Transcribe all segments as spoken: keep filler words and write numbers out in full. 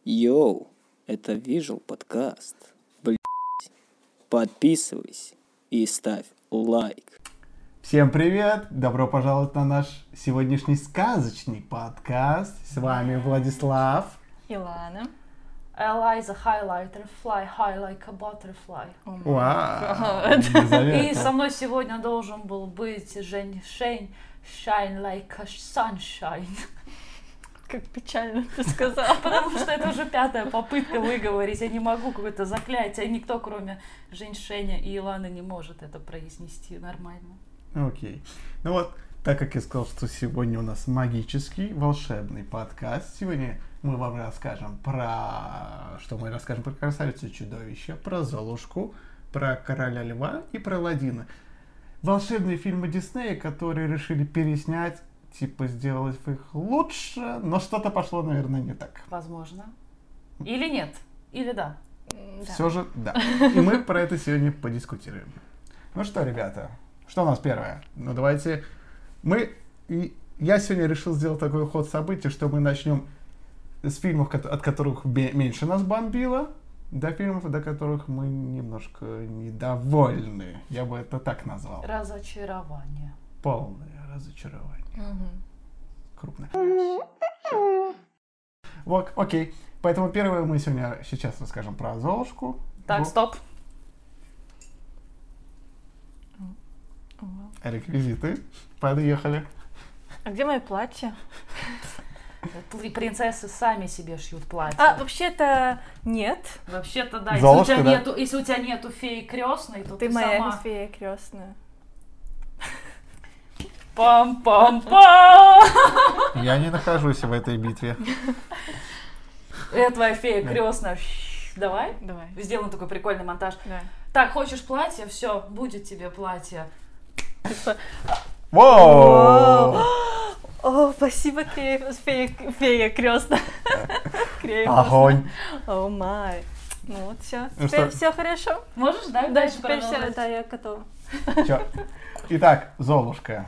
Йоу, это Visual подкаст. Блять. Подписывайся и ставь лайк. Всем привет! Добро пожаловать на наш сегодняшний сказочный подкаст. С вами Владислав. Илана. Eliza highlighter, fly high like a butterfly. Вау! И со мной сегодня должен был быть Жень Шень, shine like a sunshine. Как печально ты сказала. Потому что это уже пятая попытка выговорить. Я не могу какое-то заклятие. Никто, кроме Жень Шеня и Иланы, не может это произнести нормально. Окей. Ну вот, так как я сказал, что сегодня у нас магический, волшебный подкаст, сегодня мы вам расскажем про... Что мы расскажем про красавицу и чудовище, про Золушку, про Короля Льва и про Аладдина. Волшебные фильмы Диснея, которые решили переснять, типа сделать их лучше, но что-то пошло, наверное, не так. Возможно. Или нет. Или да. Все да. же да. И мы про это сегодня подискутируем. Ну что, ребята, что у нас первое? Ну давайте... Мы... И я сегодня решил сделать такой ход событий, что мы начнем с фильмов, от которых меньше нас бомбило, до фильмов, до которых мы немножко недовольны. Я бы это так назвал. Разочарование. Полное разочарование. Угу. Крупное. Вот, окей. Поэтому первое мы сегодня сейчас расскажем про Золушку. Так, вот. Стоп. Реквизиты. Подъехали. А где мое платье? Принцессы сами себе шьют платье. А, вообще-то нет. Вообще-то да. Золушка, если, у тебя да? нету, если у тебя нету феи крестной, то ты, Ты моя сама... фея крестная. Пам-пам-пам! Я не нахожусь в этой битве. Это твоя фея крестная. Давай? Давай. Сделаем такой прикольный монтаж. Да. Так, хочешь платье? Все, будет тебе платье. Воу! О, спасибо, фея, фея, фея крестная. Огонь! О май. Ну вот, все. Ну Теперь что? все хорошо. Можешь, да, Да, дальше теперь все, продолжать? да, я готова. Чё? Итак, Золушка.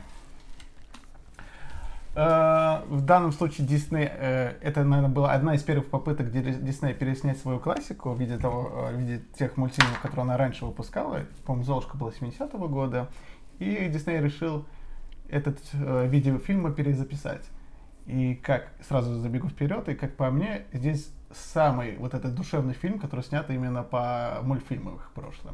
Э, в данном случае Дисней, э, это, наверное, была одна из первых попыток Ди- Диснея переснять свою классику в виде, того, э, в виде тех мультфильмов, которые она раньше выпускала. По-моему, Золушка была семидесятого года. И Дисней решил этот э, видеофильм перезаписать. И как, сразу забегу вперед, и как по мне, здесь самый вот этот душевный фильм, который снят именно по мультфильмам их прошлым.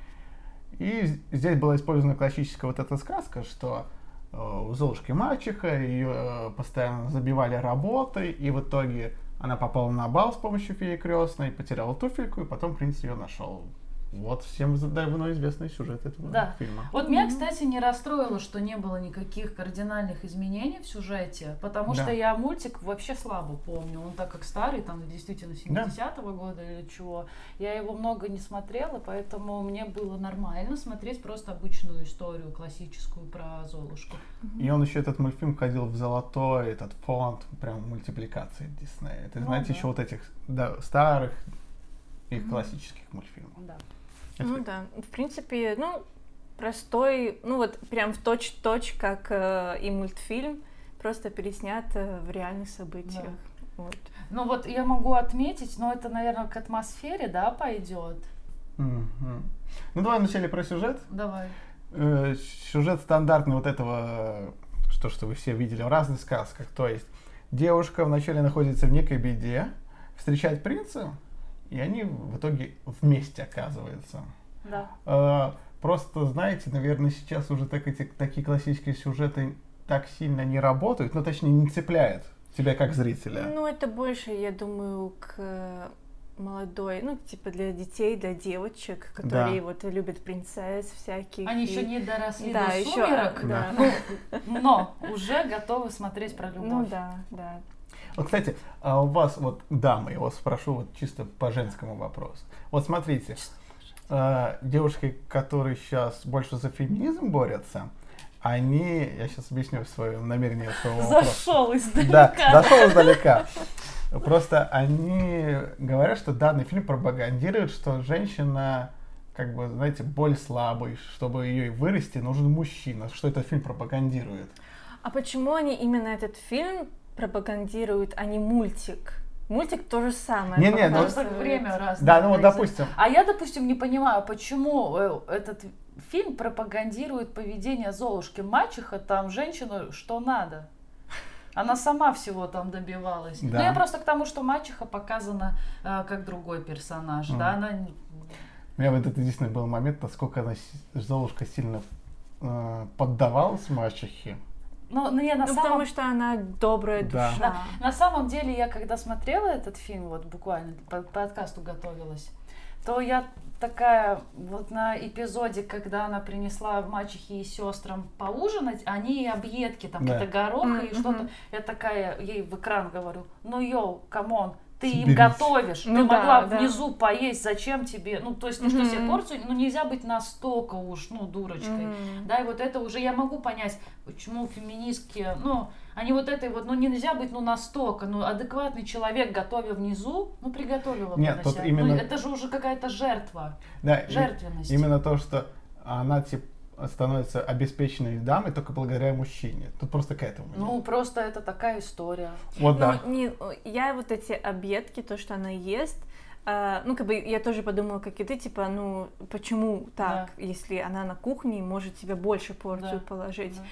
И здесь была использована классическая вот эта сказка, что э, у Золушки мачеха, ее э, постоянно забивали работой, и в итоге она попала на бал с помощью феи крестной, потеряла туфельку, и потом принц ее нашел. Вот всем давно известный сюжет этого Да. фильма. Вот меня, кстати, не расстроило, что не было никаких кардинальных изменений в сюжете, потому Да. что я мультик вообще слабо помню. Он так как старый, там действительно семидесятого года или чего. Я его много не смотрела, поэтому мне было нормально смотреть просто обычную историю классическую про Золушку. И он еще, этот мультфильм, входил в золотой этот фонд прям мультипликации Диснея. Это, Ну, знаете, да. еще вот этих да, старых их Мгм. классических мультфильмов. Да. Ну да, в принципе, ну, простой, ну вот прям в точь-в-точь, как э, и мультфильм, просто переснят э, в реальных событиях. Да. Вот. Ну вот я могу отметить, но это, наверное, к атмосфере, да, пойдет. Мгм. Ну давай вначале про сюжет. Давай. Э, сюжет стандартный вот этого, что, что вы все видели в разных сказках. То есть девушка вначале находится в некой беде, встречает принца, и они в итоге вместе оказываются. Да. Э, просто, знаете, наверное, сейчас уже так, эти, такие классические сюжеты так сильно не работают, ну, точнее, не цепляют тебя как зрителя. Ну, это больше, я думаю, к э, молодой, ну, типа для детей, для девочек, которые Да. вот любят принцесс всяких. Они и- еще не доросли Да, до еще, сумерок, да. ну, но уже готовы смотреть про любовь. Ну да, да. Вот, кстати, а у вас, вот, дамы, я вас спрошу вот чисто по женскому вопросу. Вот смотрите, э, девушки, которые сейчас больше за феминизм борются, они, я сейчас объясню свое намерение своего вопроса. Зашел издалека. Да, зашел издалека. Просто они говорят, что данный фильм пропагандирует, что женщина, как бы, знаете, более слабой, чтобы ее вырасти, нужен мужчина, что этот фильм пропагандирует. А почему они именно этот фильм пропагандируют, а не мультик? мультик то же самое. Не, не, ну, Просто время разное. Да, ну вот, допустим. А я, допустим, не понимаю, почему этот фильм пропагандирует поведение Золушки. Мачеха там женщину что надо. Она сама всего там добивалась. Да. Ну, я просто к тому, что мачеха показана э, как другой персонаж. Mm. Да, она... У меня вот это единственный был момент, насколько она, Золушка, сильно э, поддавалась мачехе. Ну, ну, я на ну самом... потому что она добрая да. душа. Да. На самом деле, я когда смотрела этот фильм, вот буквально по подкасту готовилась, то я такая вот на эпизоде, когда она принесла мачехе и сестрам поужинать, они объедки, там да. какие-то гороха mm-hmm. и что-то. Я такая ей в экран говорю, ну йоу, камон, ты Соберись. им готовишь, ну, ты да, могла да. внизу поесть, зачем тебе, ну то есть ты mm-hmm. что себе порцию, ну нельзя быть настолько уж, ну дурочкой, mm-hmm. да, и вот это уже я могу понять, почему феминистки, ну они вот этой вот, ну нельзя быть, ну настолько, ну адекватный человек, готовя внизу, ну приготовила бы Нет, на тут себя. именно... Ну, это же уже какая-то жертва, да, жертвенность. Именно то, что она типа становится обеспеченной дамой только благодаря мужчине. Тут просто к этому. Ну, просто это такая история. Вот ну, да. Не, я вот эти объедки, то, что она ест, э, ну, как бы я тоже подумала, как и ты, типа, ну, почему так, Да. если она на кухне может себе больше порцию Да. положить. Да.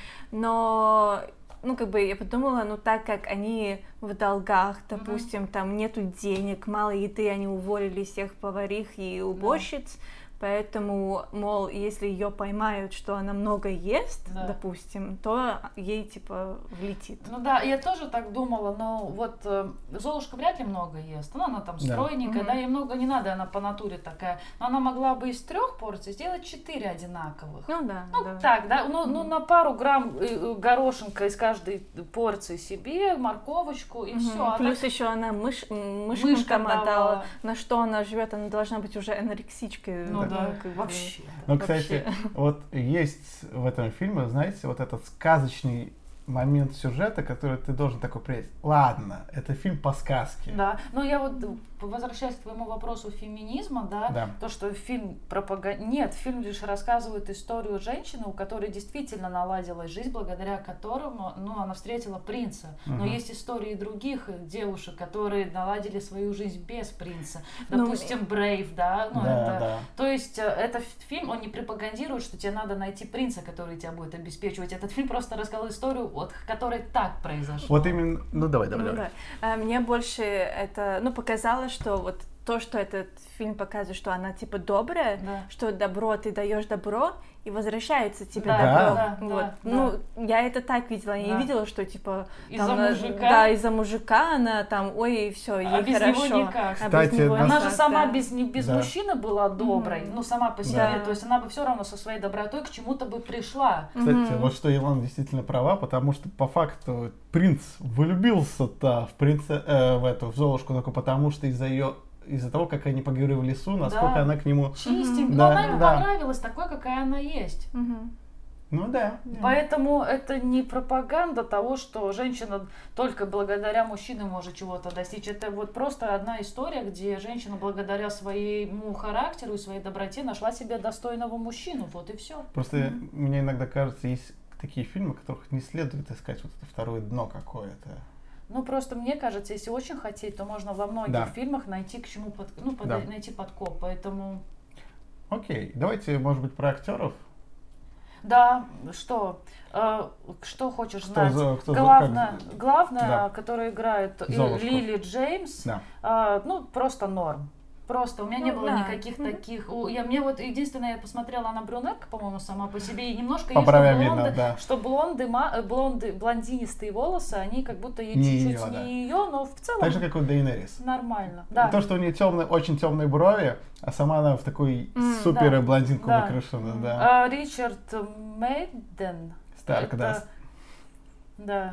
Но, ну, как бы я подумала, ну, так как они в долгах, допустим, mm-hmm. там нету денег, мало еды, они уволили всех поварих и уборщиц, да. Поэтому, мол, если ее поймают, что она много ест, да. допустим, то ей, типа, влетит. Ну да, я тоже так думала, но вот э, Золушка вряд ли много ест. Ну, она там стройненькая, да, да, ей много не надо, она по натуре такая. Но она могла бы из трех порций сделать четыре одинаковых. Ну да. Ну да. так, да, ну, ну на пару грамм горошинка из каждой порции себе, морковочку и угу. все. Плюс так... еще она мыш... мышкам отдала, на что она живет, она должна быть уже анорексичкой. Ну, да, как вообще. Ну, да. Кстати, вообще. Вот есть в этом фильме, знаете, вот этот сказочный момент сюжета, который ты должен такой принять. Ладно, это фильм по сказке. Да, но я вот, возвращаясь к твоему вопросу феминизма, да, да. то, что фильм пропаганда... Нет, фильм лишь рассказывает историю женщины, у которой действительно наладилась жизнь, благодаря которому, ну, она встретила принца. Угу. Но есть истории других девушек, которые наладили свою жизнь без принца. Допустим, Брейв, да, ну, да, это... да. То есть, этот фильм, он не пропагандирует, что тебе надо найти принца, который тебя будет обеспечивать. Этот фильм просто рассказал историю, вот, которой так произошло. Вот именно, ну давай, давай, ну, давай. Да. А, мне больше это, ну, показало, что вот то, что этот фильм показывает, что она типа добрая, да. что добро, ты даешь добро, и возвращается тебе да, добро. Да, вот. да, ну, да. я это так видела, я да. не видела, что типа из-за там, мужика, да, из-за мужика она там, ой, все, ей а без хорошо. Него никак. А Кстати, без него она она никак, же сама да. без, без да. мужчины была доброй, mm-hmm. ну сама по себе, да. то есть она бы все равно со своей добротой к чему-то бы пришла. Кстати, mm-hmm. вот что Илона действительно права, потому что по факту принц влюбился-то в принца, э, в эту в Золушку только потому, что из-за ее из-за того, как они поговорили в лесу, насколько да. она к нему... Чистенькая. Да, Но она ему да. понравилась такой, какая она есть. Mm-hmm. Ну да. Поэтому это не пропаганда того, что женщина только благодаря мужчине может чего-то достичь. Это вот просто одна история, где женщина благодаря своему характеру и своей доброте нашла себе достойного мужчину. Вот и все. Просто mm-hmm. мне иногда кажется, есть такие фильмы, которых не следует искать вот это второе дно какое-то. Ну, просто мне кажется, если очень хотеть, то можно во многих да. фильмах найти к чему под, ну, под, да. найти подкоп, поэтому... Окей, давайте, может быть, про актеров. Да, что? Э, что хочешь кто знать? За, кто Главное, за, как... главное да. которая играет Золушку. Лили Джеймс, да. э, ну, просто норм. Просто у меня ну, не было да. никаких mm-hmm. таких. У, я, мне вот единственное, я посмотрела, она брюнетка, по-моему, сама по себе, и немножко по есть, что блонды, видно, да. что блонды, ма, блонды, блондинистые волосы, они как будто ей не чуть-чуть ее, не да. ее, но в целом. Так же, как у Дейенерис. Nормально. Да. То, что у нее темные, очень темные брови, а сама она в такой mm, супер да. блондинку да. выкрашена, да. А, Ричард Мэдден. Старк, это... да. Да.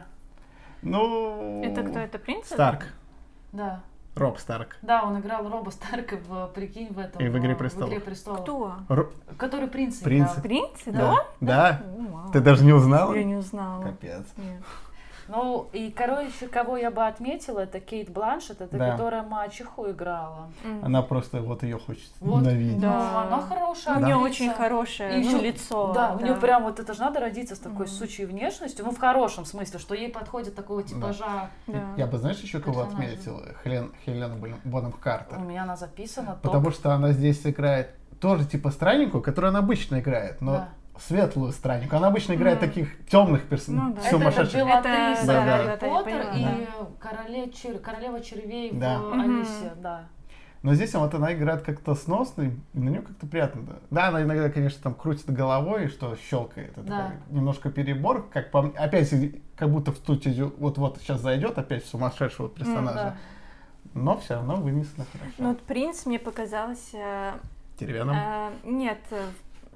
Ну. Это кто? Это принц? Старк. Да. Роб Старк. Да, он играл Роба Старка в, прикинь, в этом. И в «Игре престолов». В «Игре престолов». Кто? Р... Который принц Принц. играл. Принц? Да. Да? Да. О, вау. Ты даже не узнала? Я не узнала. Капец. Нет. Ну, и, короче, кого я бы отметила, это Кейт Бланшетт, это Да. которая мачеху играла. Она просто вот ее хочет Вот, ненавидеть. да, Да. она хорошая. У нее актриса. очень хорошее И ну, ещё- лицо. Да, у нее прям вот это же надо родиться с такой Мгм. сучьей внешностью, ну, в хорошем смысле, что ей подходит такого типажа. Да. Я бы, знаешь, еще кого Персонажа. отметил? Хелен, Хелена Бон- Бонем Картер. У меня она записана. Потому топ. что она здесь играет тоже типа странненькую, которую она обычно играет, но Да. светлую странненькую. Она обычно играет Мгм. таких темных персонажей, Ну да. Это, сумасшедших. это Белатриса, Это- да, да, Гарри да, я Поттер поняла, и короле чер- королева червей Да. в Мгм. Алисе, да. Но здесь вот она играет как-то сносно, и на нее как-то приятно. Да. Да, она иногда, конечно, там крутит головой, что щелкает. Это Да. такой немножко перебор, как по мне. Опять, как будто в студию вот-вот сейчас зайдет опять сумасшедшего персонажа. Да. Но все равно вынесено хорошо. Ну, вот принц мне показался... Деревянным. э, нет, э,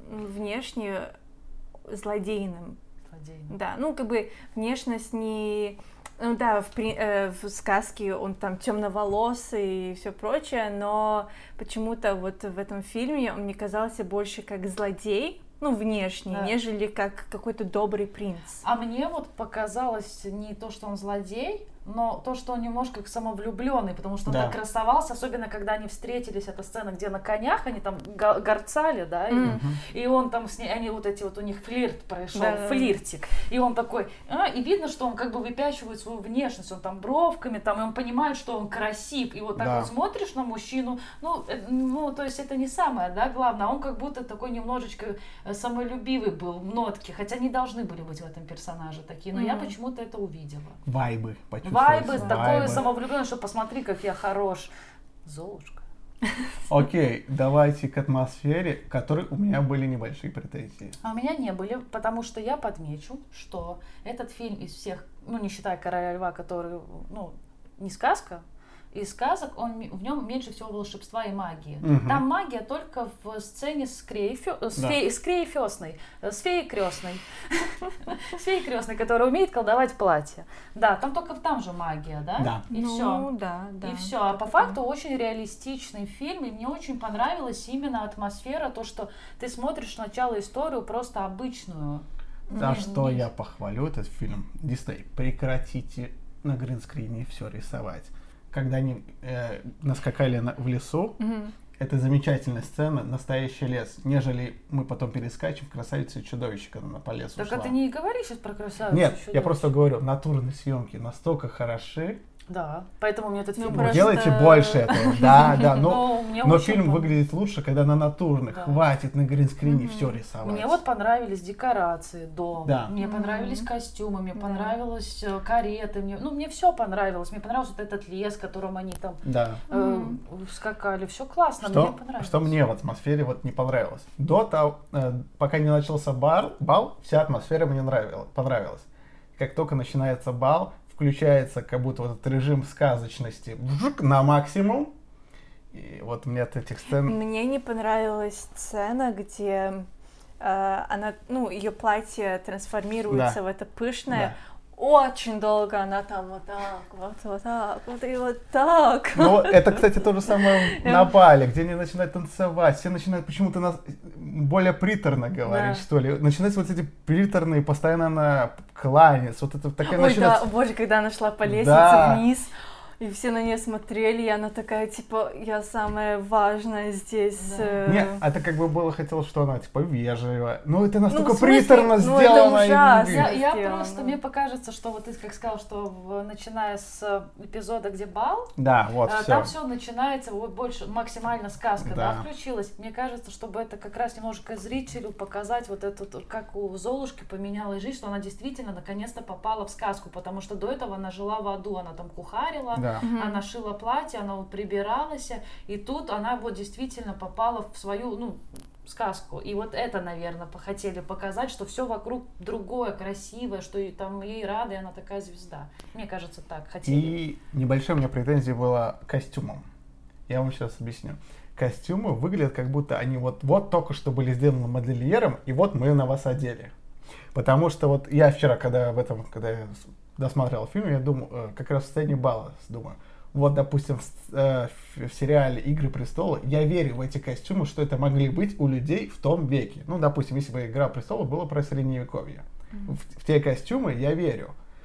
внешне злодейным. Злодейный. Да, ну, как бы внешность не... Ну да, в, при- э, в сказке он там темноволосый и все прочее, но почему-то вот в этом фильме он мне казался больше как злодей, ну, внешне, Да. нежели как какой-то добрый принц. А мне вот показалось не то, что он злодей, но то, что он немножко как самовлюбленный, потому что он Да. так красовался, особенно когда они встретились, эта сцена, где на конях они там го- горцали, да, и, Мгм. и он там с ней, они вот эти вот, у них флирт прошел, Да-да-да. флиртик, и он такой, а, и видно, что он как бы выпячивает свою внешность, он там бровками, там, и он понимает, что он красив, и вот так Да. вот смотришь на мужчину, ну, э, ну, то есть это не самое, да, главное, а он как будто такой немножечко э, самолюбивый был, в нотке, хотя не должны были быть в этом персонаже такие, но я Мгм. почему-то это увидела. Вайбы. почувствовать. Вайбы, такое Вайбы. самовлюбленное, что посмотри, как я хорош. Золушка. Окей, давайте к атмосфере, к которой у меня были небольшие претензии. А у меня не были, потому что я подмечу, что этот фильм из всех, ну, не считая «Короля льва», который, ну, не сказка, из сказок он, м- в нем меньше всего волшебства и магии. Мгм. Там магия только в сцене с, Креей Фё- э, с, Да. феей, с Креей Фёсной, э, с феей крестной. С феей крестной, которая умеет колдовать платье. Да, там только там же магия, да? Да. И ну, все. да, да. И все. А по Только факту очень реалистичный фильм, и мне очень понравилась именно атмосфера, то, что ты смотришь сначала историю просто обычную. За Не- что не- я похвалю этот фильм. Дисней, прекратите на гринскрине все рисовать. Когда они э, наскакали на- в лесу, Мгм. это замечательная сцена, настоящий лес, нежели мы потом перескачем в «Красавицу и чудовище», когда она по лесу Так шла. это не говори сейчас про красавицу. Нет, и я чудовище. просто говорю, натурные съемки настолько хороши. Да, поэтому мне этот Ну, фильм... просто- Делайте больше этого. Да, да, но, Ну, мне но очень фильм пон- выглядит лучше, когда на натурных. Да. Хватит на гринскрине Мгм. все рисовать. Мне вот понравились декорации дома, Да. мне Мгм. понравились костюмы, мне Да. понравились э, кареты, мне, ну мне все понравилось, мне понравился вот этот лес, в котором они там Да. э, Мгм. скакали, все классно, мне Что, понравилось. что мне в атмосфере вот не понравилось. До того, э, пока не начался бал, бал, вся атмосфера мне нравилась, понравилась. Как только начинается бал, включается как будто вот этот режим сказочности вжук, на максимум. И вот мне от этих сцен... Мне не понравилась сцена, где э, она, ну, ее платье трансформируется Да. в это пышное. Да. Очень долго она там вот так, вот, вот так, вот и вот так. Ну, это, кстати, то же самое на бале, где они начинают танцевать, все начинают почему-то нас более приторно говорить, Да. что ли. Начинаются вот эти приторные, постоянно на кланяться, вот это такая Ой, начинается... да, боже, когда она шла по лестнице Да. вниз, и все на нее смотрели, и она такая, типа, я самая важная здесь. Да. э, Нет, это как бы было хотелось, что она типа вежливая. Ну, это настолько Ну, в смысле, приторно ну, это сделано. и- ужасно. Я, я сделано. просто, мне покажется, что вот ты как сказал, что в- начиная с э, эпизода, где бал, Да, вот, а, все. там все начинается, вот больше максимально сказка, да. Да. включилась. Мне кажется, чтобы это как раз немножко зрителю показать вот это, вот, как у Золушки поменялась жизнь, что она действительно наконец-то попала в сказку, потому что до этого она жила в аду, она там кухарила, Да. Мгм. она шила платье, она вот прибиралась, и тут она вот действительно попала в свою, ну, сказку. И вот это, наверное, хотели показать, что все вокруг другое, красивое, что и там ей рада, и она такая звезда. Мне кажется, так хотели. И небольшая у меня претензия была к костюмам. Я вам сейчас объясню. Костюмы выглядят, как будто они вот, вот только что были сделаны модельером, и вот мы на вас одели. Потому что вот я вчера, когда в этом, когда я с- досматривал фильм, я думал, э, как раз в сцене бала, думаю, вот, допустим, в, с- э, в- в сериале «Игры престолов» я верю в эти костюмы, что это могли быть у людей в том веке. Ну, допустим, если бы «Игра престолов» была про средневековье. В, в те костюмы я верю.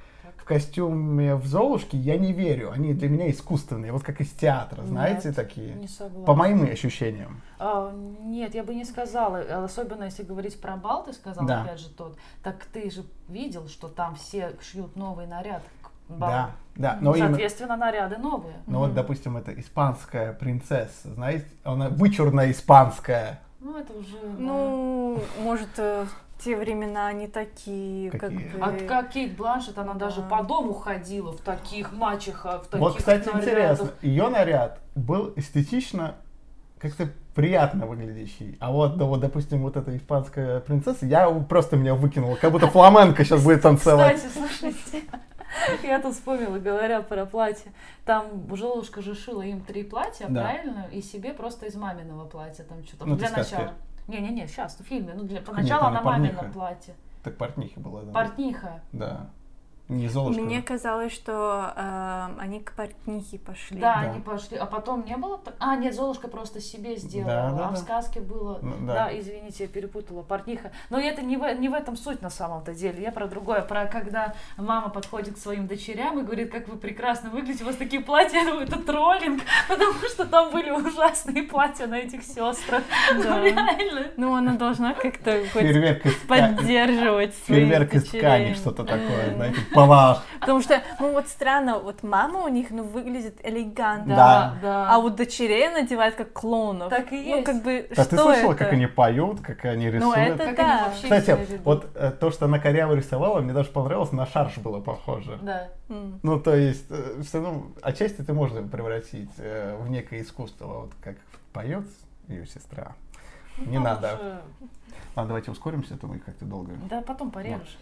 в костюме в Золушке, я не верю. Они для меня искусственные, вот как из театра, знаете, Нет, такие. Не согласна. По моим ощущениям. А, нет, я бы не сказала. Особенно если говорить про бал, ты сказал, Да. опять же, тот. Так ты же видел, что там все шьют новый наряд к балу. Да, да. Но именно- Соответственно, наряды новые. Ну вот, допустим, это испанская принцесса, знаете, она вычурная испанская. Ну, это уже... да. Ну, может, э, в те времена они такие, как Какие? бы... А как Кейт Бланшетт, она даже Да. по дому ходила в таких мачехах, в таких Вот, кстати, нарядах. интересно, ее наряд был эстетично как-то приятно выглядящий. А вот, да, вот, допустим, вот эта испанская принцесса, я просто меня выкинула, как будто фламенко сейчас будет танцевать. Кстати, слушайте, я тут вспомнила, говоря про платье. Там Золушка же шила им три платья, Да. правильно? И себе просто из маминого платья там что-то. Ну, для ты сказка. начала. Не-не-не, сейчас, в фильме. Ну, для, Нет, поначалу она она мамино портниха. платье. Так портнихи была, да. Портниха. Да. Не Золушка. Мне казалось, что э, они к портнихе пошли. Да, Да. они пошли. А потом не было... так- А, нет, Золушка просто себе сделала. Да, да, а в да. сказке было... Ну, да. да. извините, я перепутала. Портниха. Но это не в, не в этом суть на самом-то деле. Я про другое. Про когда мама подходит к своим дочерям и говорит, как вы прекрасно выглядите, у вас такие платья. Я думаю, это троллинг, потому что там были ужасные платья на этих сестрах. Ну, Да. реально. Ну, она должна как-то хоть Фейерверк из ткани. поддерживать своих Фейерверк из дочерей. ткани, что-то такое, знаете, палах. Потому что, ну вот странно, вот мама у них, ну, выглядит элегантно, Да. да. а вот дочерей надевают как клоунов. Так и Ну, есть. как бы, Да что ты слышала, это? как они поют, как они рисуют? это Как да. они вообще Кстати, себя ведут. вот э, то, что она коряво рисовала, мне даже понравилось, на шарж было похоже. Да. М. Ну, то есть, э, все равно, отчасти это можно превратить э, в некое искусство, вот как поет ее сестра. Не Ну, надо. уже- Ладно, давайте ускоримся, а то мы как-то долго. Да, потом порежешь.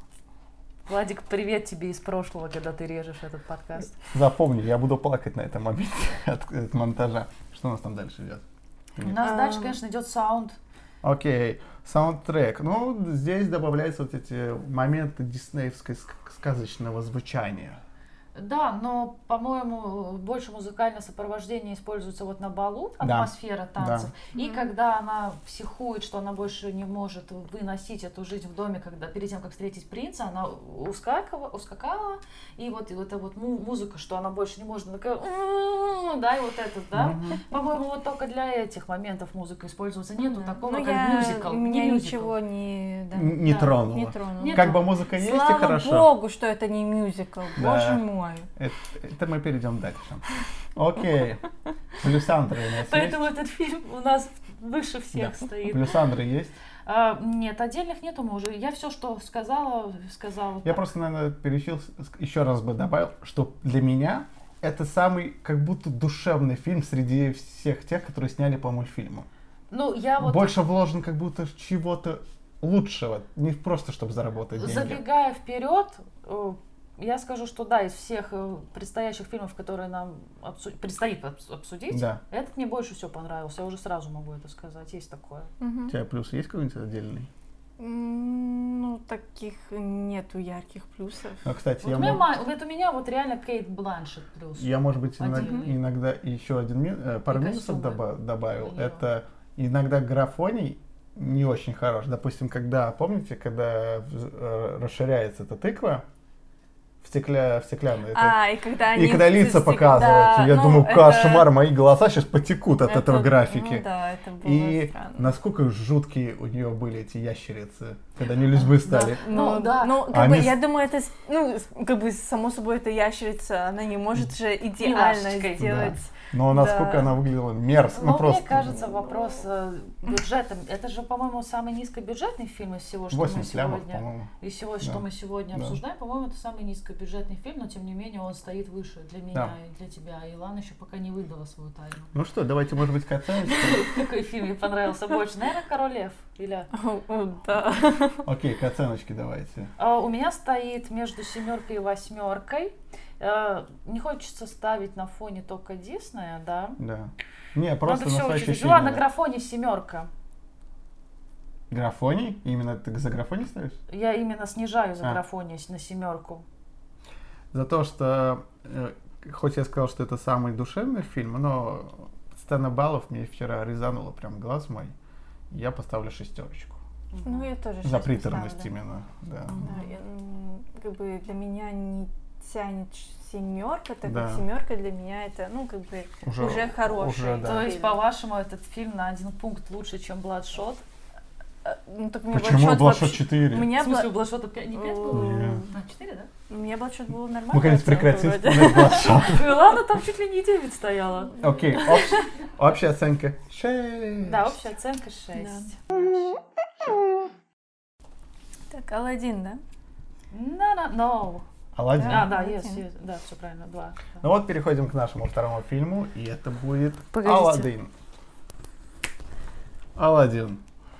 Владик, привет тебе из прошлого, когда ты режешь этот подкаст. Запомни, я буду плакать на этом моменте от, от монтажа. Что у нас там дальше идет? У нас А. дальше, конечно, идет саунд. Окей, саундтрек. Ну, здесь добавляются вот эти моменты диснеевской ск- сказочного звучания. Да, но, по-моему, больше музыкальное сопровождение используется вот на балу, Да. атмосфера танцев. И Мгм. когда она психует, что она больше не может выносить эту жизнь в доме, когда перед тем, как встретить принца, она ускакала, ускакала, и вот, и вот эта вот му- музыка, что она больше не может, она такая, «М-м-м», да, и вот это, да. Мгм. По-моему, вот только для этих моментов музыка используется. Нету Да. такого, Ну, как я- мюзикл. Меня не мюзикл. ничего не... да, Н- Не Да, тронуло. не тронуло. Нет. Как бы музыка есть Слава и хорошо. богу, что это не мюзикл, Да. боже мой. Это, это мы перейдем дальше. Окей. Плюсандры у нас Поэтому есть? этот фильм у нас выше всех Да. стоит. Плюсандры есть? А, нет, отдельных нету, мы уже. Я все, что сказала, сказала. Я так. просто, наверное, перечил, еще раз бы добавил, что для меня это самый как будто душевный фильм среди всех тех, которые сняли по мультфильму. Ну, я вот Больше вложен как будто чего-то лучшего, не просто чтобы заработать деньги. забегая вперед, э, я скажу, что да, из всех э, предстоящих фильмов, которые нам обсу- предстоит обс- обсудить, Да. этот мне больше всего понравился. Я уже сразу могу это сказать. Есть такое. Мгм. У тебя плюс есть какой-нибудь отдельный? М, Ну, таких нету ярких плюсов. Ну, кстати, Вот я, у, меня, мо- ма- вот у меня вот реально Кейт Бланшетт плюс. я, может быть, иногда, Отдельный. иногда еще один ми- э, пару И минусов костюмы доба- добавил. у неё. Это иногда графоний не очень хорош. Допустим, когда, помните, когда в- э, расширяется эта тыква в, стекля, в стеклянной, это- А, и когда они... и когда лица стик- показывают, да, я ну, думаю, это- кошмар, мои глаза сейчас потекут от это- этого графики. Ну да, это было И странно. насколько жуткие у нее были эти ящерицы, когда они лесбы стали. Ну, да. Ну, как Они бы, с- я думаю, это, с- ну, с- как бы, само собой, эта ящерица, она не может же идеально Милашечкой. сделать. Но насколько Да. она выглядела мерзко. Ну, Ну, просто мне кажется, вопрос э, бюджета. Это же, по-моему, самый низкобюджетный фильм из всего, что мы восемьдесят лямов, сегодня... по-моему. Из всего, что Да. мы сегодня Да. обсуждаем, по-моему, это самый низкобюджетный фильм, но тем не менее он стоит выше для меня Да. и для тебя. И Илана еще пока не выдала свою тайну. Ну что, давайте, может быть, к оценочке? Какой фильм мне понравился больше? Наверное, «Король лев». Или... О, о, да. Окей, к оценочке давайте. А, у меня стоит между семеркой и восьмеркой. Э, не хочется ставить на фоне только Диснея, да? Да. Не, просто Надо на все свои учитывать. Ну ощущения. ладно, графоне семерка. Графоний? Именно ты за графоний ставишь? Я именно снижаю за А. графоне на семерку. За то, что, э, хоть я сказал, что это самый душевный фильм, но сцена баллов мне вчера резанула прям глаз мой. Я поставлю шестерочку. Ну, я тоже За шесть приторность поставлю. именно, да. Да, я, м, как бы для меня не тянет семерка, так Да. как семерка для меня это, ну, как бы Уже- уже, хороший. уже, да. То есть, фильм. по-вашему, этот фильм на один пункт лучше, чем Bloodshot? Э, Ну, так мне Почему Bloodshot Bloodshot вообще- четыре? У меня В смысле, Бла- у Bloodshot пять, не пять было? Нет. А, четыре, да? У меня Bloodshot был нормально. Мы, конечно, прекратим вспоминать Bloodshot. Ну ладно, там чуть ли не девять стояло. Окей, общ- общая оценка шесть. Да, общая оценка шесть. Так, Аладдин, да? No, no, no. Аладдин. А, да, Аладдин. yes, yes, да, все правильно, два. Ну вот переходим к нашему второму фильму, и это будет Погодите. Аладдин. Аладдин.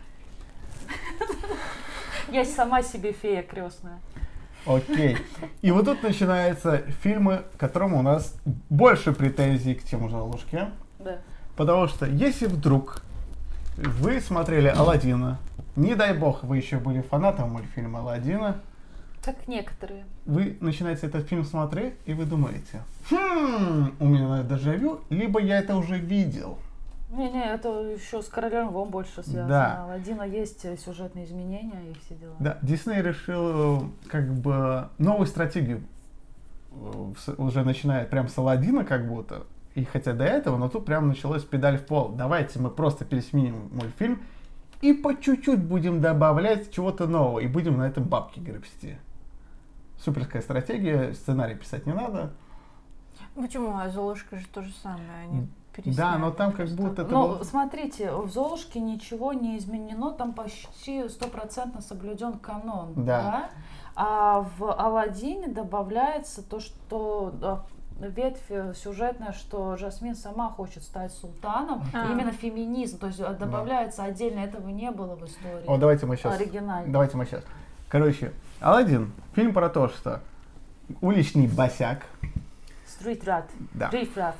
Я сама себе фея крестная. Окей. И вот тут начинаются фильмы, к которым у нас больше претензий к тему Золушке. Да. Потому что если вдруг вы смотрели Аладдина, не дай бог вы еще были фанатом мультфильма Аладдина, Как некоторые. вы начинаете этот фильм смотреть, и вы думаете, хм, у меня дежавю, либо я это уже видел. Не-не, это еще с Королем Львом больше связано. Да. У Аладдина есть э, сюжетные изменения и все дела. Да, Дисней решил э, как бы новую стратегию э, с- уже начинает прям с Аладдина как будто. И хотя до этого, но тут прям началось педаль в пол. Давайте мы просто пересменим мультфильм и по чуть-чуть будем добавлять чего-то нового. И будем на этом бабки гребсти. Суперская стратегия, сценарий писать не надо. Почему? А Золушка же то же самое, они Да, пересняли но там как просто. будто это Ну, был- смотрите, в Золушке ничего не изменено, там почти стопроцентно соблюден канон. Да. А в Аладдине добавляется то, что да, ветвь э, сюжетная, что Жасмин сама хочет стать султаном. А. Именно феминизм, то есть э, добавляется отдельно, этого не было в истории. О, давайте мы сейчас. Оригинально. Давайте мы сейчас. Короче, Аладдин, фильм про то, что уличный босяк, Street rat. да, Riff Raff.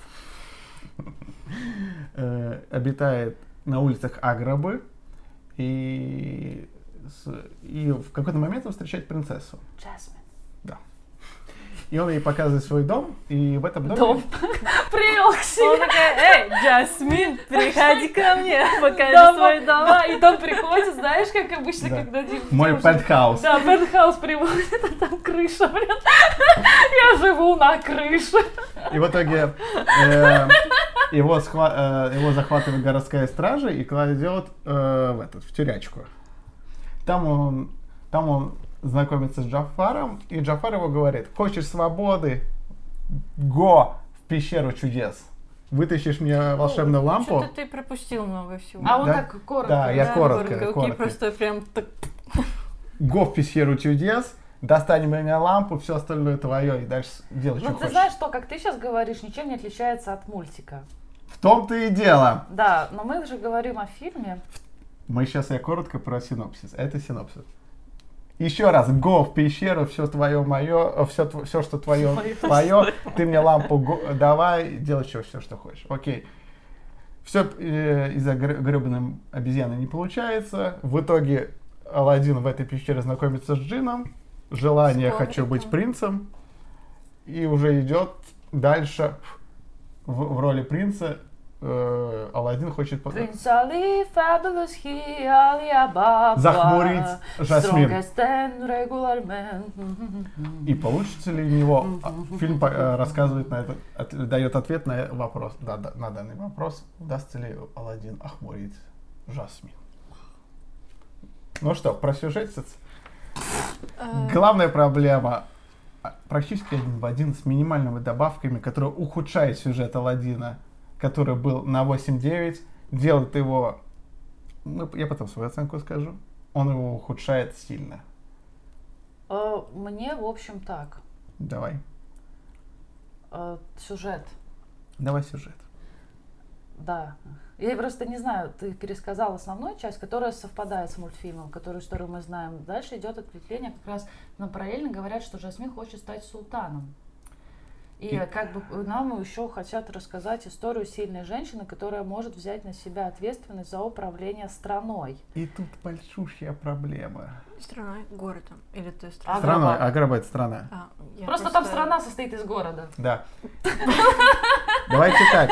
э, обитает на улицах Аграбы и, с- и в какой-то момент он встречает принцессу. Жасмин. И он ей показывает свой дом, и в этом доме... Дом. Привел к себе. Он такая, эй, Джасмин, приходи ко мне, покажи Да, свой дом. да, и там приходит, знаешь, как обычно, Да. когда дев- Мой девушка- пентхаус. Да, пентхаус приводит, а там крыша, блин. Я живу на крыше. И в итоге э, его, схва- э, его захватывает городская стража и кладет э, в, этот, в тюрячку. Там он, там он знакомится с Джафаром, и Джафар его говорит: хочешь свободы? Го в пещеру чудес. Вытащишь мне волшебную лампу. Что-то ты пропустил много всего. А он Да? так коротко. Да, я Да, коротко, окей, коротко. просто прям так. Го в пещеру чудес, достань мне лампу, все остальное твое, и дальше делай, что Ну, ты хочешь. знаешь, что, как ты сейчас говоришь, ничем не отличается от мультика. В том-то и дело. Да, но мы же говорим о фильме. Мы сейчас я коротко про синопсис. Это синопсис. Еще раз, го в пещеру, все твое мое, все, все что твое, Моё. твое, ты мне лампу го- давай, делай все, все, что хочешь. Окей. Все э, из-за гребаной обезьяны не получается. В итоге Аладдин в этой пещере знакомится с джинном. Желание С хочу быть ковриком. принцем. И уже идет дальше в, в роли принца. Э, Аладдин хочет... по- Принц Али, fabulous he, Али Абаба. Захмурить Жасмин. Strongest and regular man. И получится ли у него? А, Фильм по- э, рассказывает на это, от- дает ответ на вопрос, да, да, на данный вопрос. Удастся ли Аладдин охмурить Жасмин? Ну что, про сюжетец. э, Главная проблема а, практически один в один с минимальными добавками, которые ухудшают сюжет Аладдина, который был на восемь девять, делает его, ну, я потом свою оценку скажу, он его ухудшает сильно. Э, Мне, в общем, так. Давай, Э, Сюжет. давай сюжет. Да. Я просто не знаю, ты пересказал основную часть, которая совпадает с мультфильмом, которую историю мы знаем. Дальше идет ответвление, как раз нам параллельно говорят, что Жасмин хочет стать султаном. И, И- как бы нам еще хотят рассказать историю сильной женщины, которая может взять на себя ответственность за управление страной. И тут большущая проблема. Страной, городом. Или ты страна? Аграба. Страна, Аграба это страна. А, я Просто, там страна состоит из города. Да. Давайте так.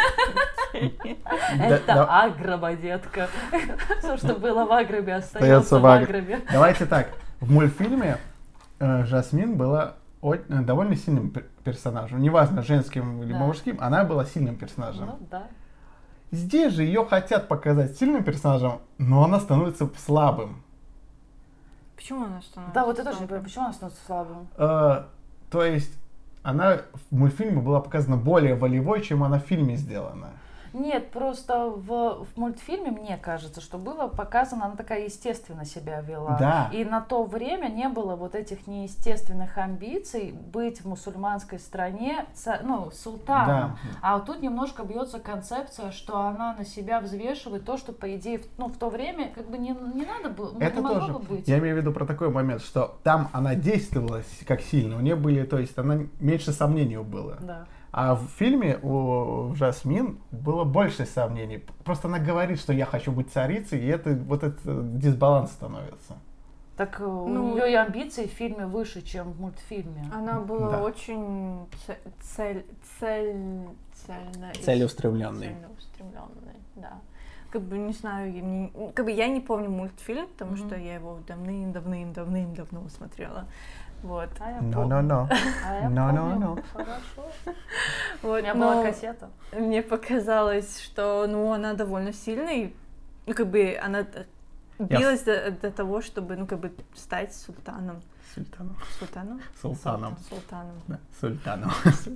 Это Агроба, детка. Все, что было в Агробе, Остается остается в Агробе. Давайте так. В мультфильме э, Жасмин была о- довольно сильным пер- персонажем. Неважно, женским или Да. мужским, она была сильным персонажем. Ну да. Здесь же ее хотят показать сильным персонажем, но она становится слабым. Почему она становится? Да, вот я тоже не слабой? понимаю, почему она становится слабым. Э, то есть она в мультфильме была показана более волевой, чем она в фильме сделана. Нет, просто в, в мультфильме, мне кажется, что было показано, она такая естественно себя вела. Да. И на то время не было вот этих неестественных амбиций быть в мусульманской стране, ца- ну, султаном. Да. А вот тут немножко бьется концепция, что она на себя взвешивает то, что, по идее, в, ну, в то время как бы не, не надо было, ну, Это не могло тоже. бы быть. Я имею в виду про такой момент, что там она действовала с- как сильно, у нее были, то есть она меньше сомнений было. Да. А в фильме у Жасмин было больше сомнений. Просто она говорит, что я хочу быть царицей, и это вот этот дисбаланс становится. Так Ну, у нее и амбиции в фильме выше, чем в мультфильме. Она была Да. очень ц- цель, цель, цельно, Целеустремленный. целеустремленной, да. Как бы не знаю, я не, как бы я не помню мультфильм, потому Мгм. что я его давным-давным-давным-давно смотрела. Вот. А я No, помню. no, no. А я No, no, помню. no. Хорошо. Вот, У меня но была кассета. мне показалось, что, ну, она довольно сильная, ну, как бы она т- билась до, до того, чтобы, ну, как бы стать султаном. Султаном. Султаном? Султаном. Султаном. Да, Султаном.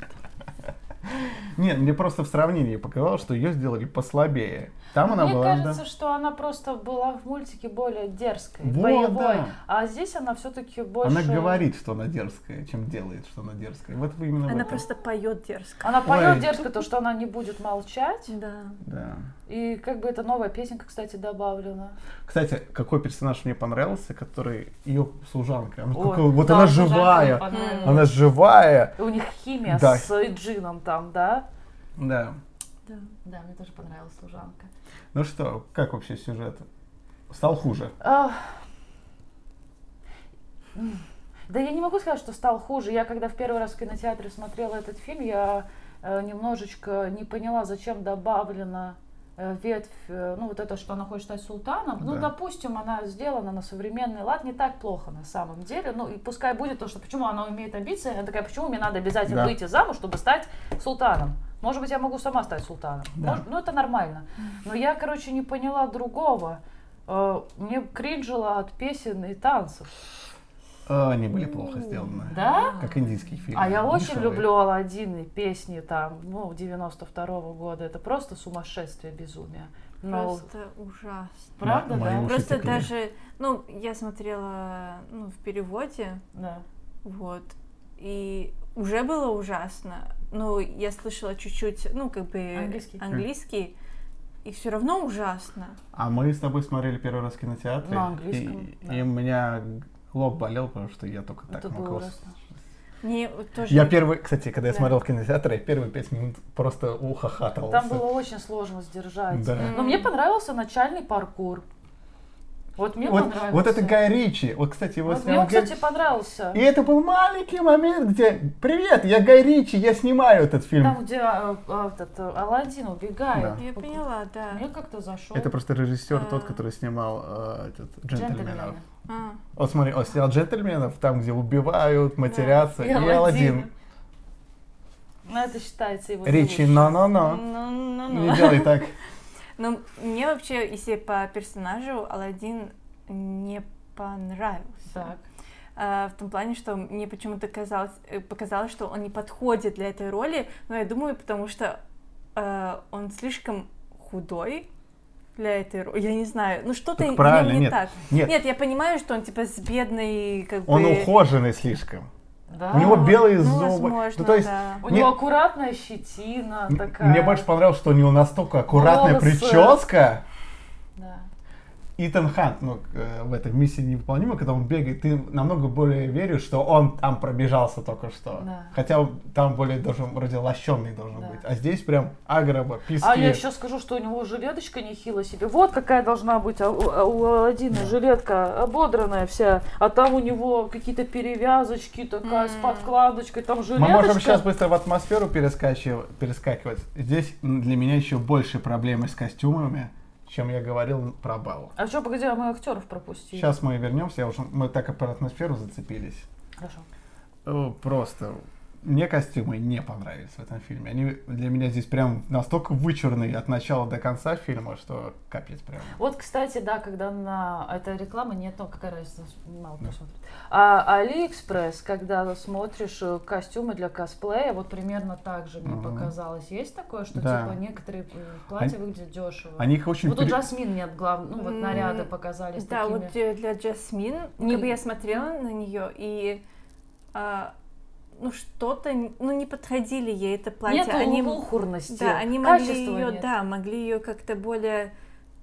Нет, мне просто в сравнении показалось, что ее сделали послабее. Там она Мне была, кажется, да. что она просто была в мультике более дерзкой, Вот, боевой. да. А здесь она все-таки больше... Она говорит, что она дерзкая, чем делает, что она дерзкая. Вот вы именно в Она этом. просто поет дерзко. Она поет Ой. дерзко, то, что она не будет молчать. Да. Да. И как бы эта новая песенка, кстати, добавлена. Кстати, какой персонаж мне понравился, который ее служанка. Она Ой, какая- вот да, она служанка живая. мне понравилась. Она живая. И у них химия Да. с Джином там, да? Да. Да. Да, мне тоже понравилась служанка. Ну что, как вообще сюжет? Стал хуже. Ах. М. Да я не могу сказать, что стал хуже. Я когда в первый раз в кинотеатре смотрела этот фильм, я э, немножечко не поняла, зачем добавлена э, ветвь, э, ну вот это, что она хочет стать султаном. Ну, Да. допустим, она сделана на современный лад, не так плохо на самом деле. Ну и пускай будет то, что почему она имеет амбиции, она такая, почему мне надо обязательно Да. выйти замуж, чтобы стать султаном. Может быть, я могу сама стать султаном. Да. Может, ну, это нормально. Но я, короче, не поняла другого. Э, Мне кринжило от песен и танцев. А, они были плохо сделаны. Да? Как индийский фильм. А я очень Дешевые. люблю Аладдин и песни там, ну, девяносто второго года. Это просто сумасшествие, безумие. Но, Просто ужасно. правда, Мо- мои да? уши Просто текли. даже, ну, я смотрела, ну, в переводе, Да. вот, и уже было ужасно. Ну, я слышала чуть-чуть, ну, как бы Английский. английский, и все равно ужасно. А мы с тобой смотрели первый раз в кинотеатре. На английском, И, да. и у меня лоб болел, потому что я только так Это мог было его ужасно. Мне тоже... Я первый, кстати, когда я Да. смотрел в кинотеатре, первые пять минут просто ухахатывался. Там было очень сложно сдержать. Да. Но мне понравился начальный паркур. Вот мне Вот, понравился. вот это Гай Ричи. Вот, кстати, его Вот мне снял он, Гай- кстати, понравился. И это был маленький момент, где «Привет, я Гай Ричи, я снимаю этот фильм». Там, где а, а, этот а, Аладдин убегает. Я поняла, да. Мне как-то зашел. Это просто режиссер А. тот, который снимал э, этот, «Джентльменов». А, Вот смотри, он снял «Джентльменов», там, где убивают, матерятся, И и, Аладдин. «Аладдин». Ну, это считается его Ричи, лучшим. но-но-но, ну, ну, ну. не делай так. Ну, мне вообще, если по персонажу, Аладдин не понравился. Так. А, в том плане, что мне почему-то казалось, э, показалось, что он не подходит для этой роли, но я думаю, потому что э, он слишком худой для этой роли. Я не знаю, ну что-то Так в правильно, нем не нет, так. нет. я понимаю, что он типа с бедной, как Он бы... ухоженный слишком. Да. У него белые ну, зубы. возможно, Ну, то есть, да. У Мне- него аккуратная щетина такая. мне больше понравилось, что у него настолько аккуратная Волосы. прическа. Да. Итан Хант, ну, э, в этой миссии невыполнима, когда он бегает, ты намного более веришь, что он там пробежался только что. Да. Хотя он там более должен, вроде лощеный должен Да. быть. А здесь прям агроба, пески. А я еще скажу, что у него жилеточка нехило себе. Вот какая должна быть, а у, а у Аладдина Да. жилетка ободранная вся, а там у него какие-то перевязочки, такая с подкладочкой, там жилеточка. Мы можем сейчас быстро в атмосферу перескачивать, перескакивать. Здесь для меня еще больше проблемы с костюмами, чем я говорил про бал. А что, погоди, а мы актеров пропустили. Сейчас мы вернемся, я уже, мы так и про атмосферу зацепились. Хорошо. О, просто мне костюмы не понравились в этом фильме. Они для меня здесь прям настолько вычурные от начала до конца фильма, что капец прям. Вот, кстати, да, когда на... Это реклама, нет, ну какая разница, мало кто смотрит. А Алиэкспресс, когда смотришь э, костюмы для косплея, вот примерно так же мне Мгм. показалось. Есть такое, что Да. типа некоторые э, платья Они- выглядят дешево? Они их очень Вот у пере- Жасмин нет глав... ну вот М, наряды показались Да, такими. вот э, для Джасмин, Не- как бы я смотрела на нее и а, ну что-то, н- ну не подходили ей это платье. Нету они, ухурности, да, они могли качества ее, нет. да, могли ее как-то более,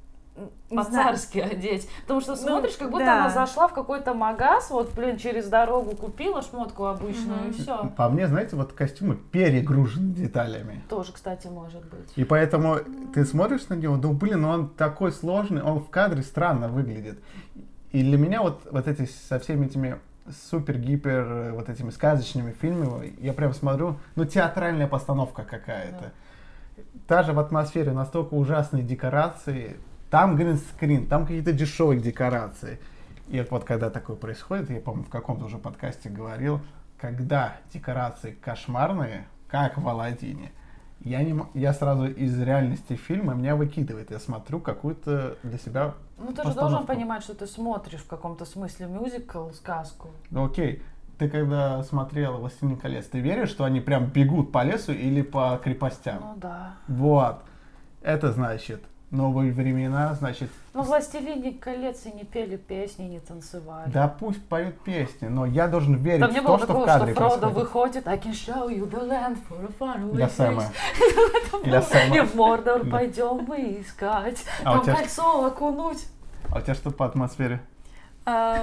м, не знаю. По-царски одеть. Потому что Ну, смотришь, как будто да. она зашла в какой-то магаз, вот, блин, через дорогу купила шмотку обычную, Мгм. и все. По мне, знаете, вот костюмы перегружены деталями. Тоже, кстати, может быть. И поэтому ты смотришь на него, ну блин, он такой сложный, он в кадре странно выглядит. И для меня вот, вот эти со всеми этими супер-гипер, э, вот этими сказочными фильмами, я прям смотрю, ну театральная постановка какая-то. Та же в атмосфере настолько ужасные декорации, там гринскрин, там какие-то дешевые декорации. И вот когда такое происходит, я, помню, в каком-то уже подкасте говорил, когда декорации кошмарные, как в Аладдине, я, не, м- я сразу из реальности фильма меня выкидывает. Я смотрю какую-то для себя Ну, ты же постановку. должен понимать, что ты смотришь в каком-то смысле мюзикл, сказку. Ну окей, ты когда смотрела «Властелин колец», ты веришь, что они прям бегут по лесу или по крепостям? Ну да. Вот. Это значит новые времена, значит... Но «Властелине колец» и не пели песни, не танцевали. Да пусть поют песни, но я должен верить Там не в было то, что такого, в кадре что Фродо происходит. выходит, I can show you the land for a far away Для place. Сэма. Это Для было. Сэма. И в Мордор Да. пойдем мы искать. А у Там тебя- кольцо окунуть. А у тебя что по атмосфере? Ам,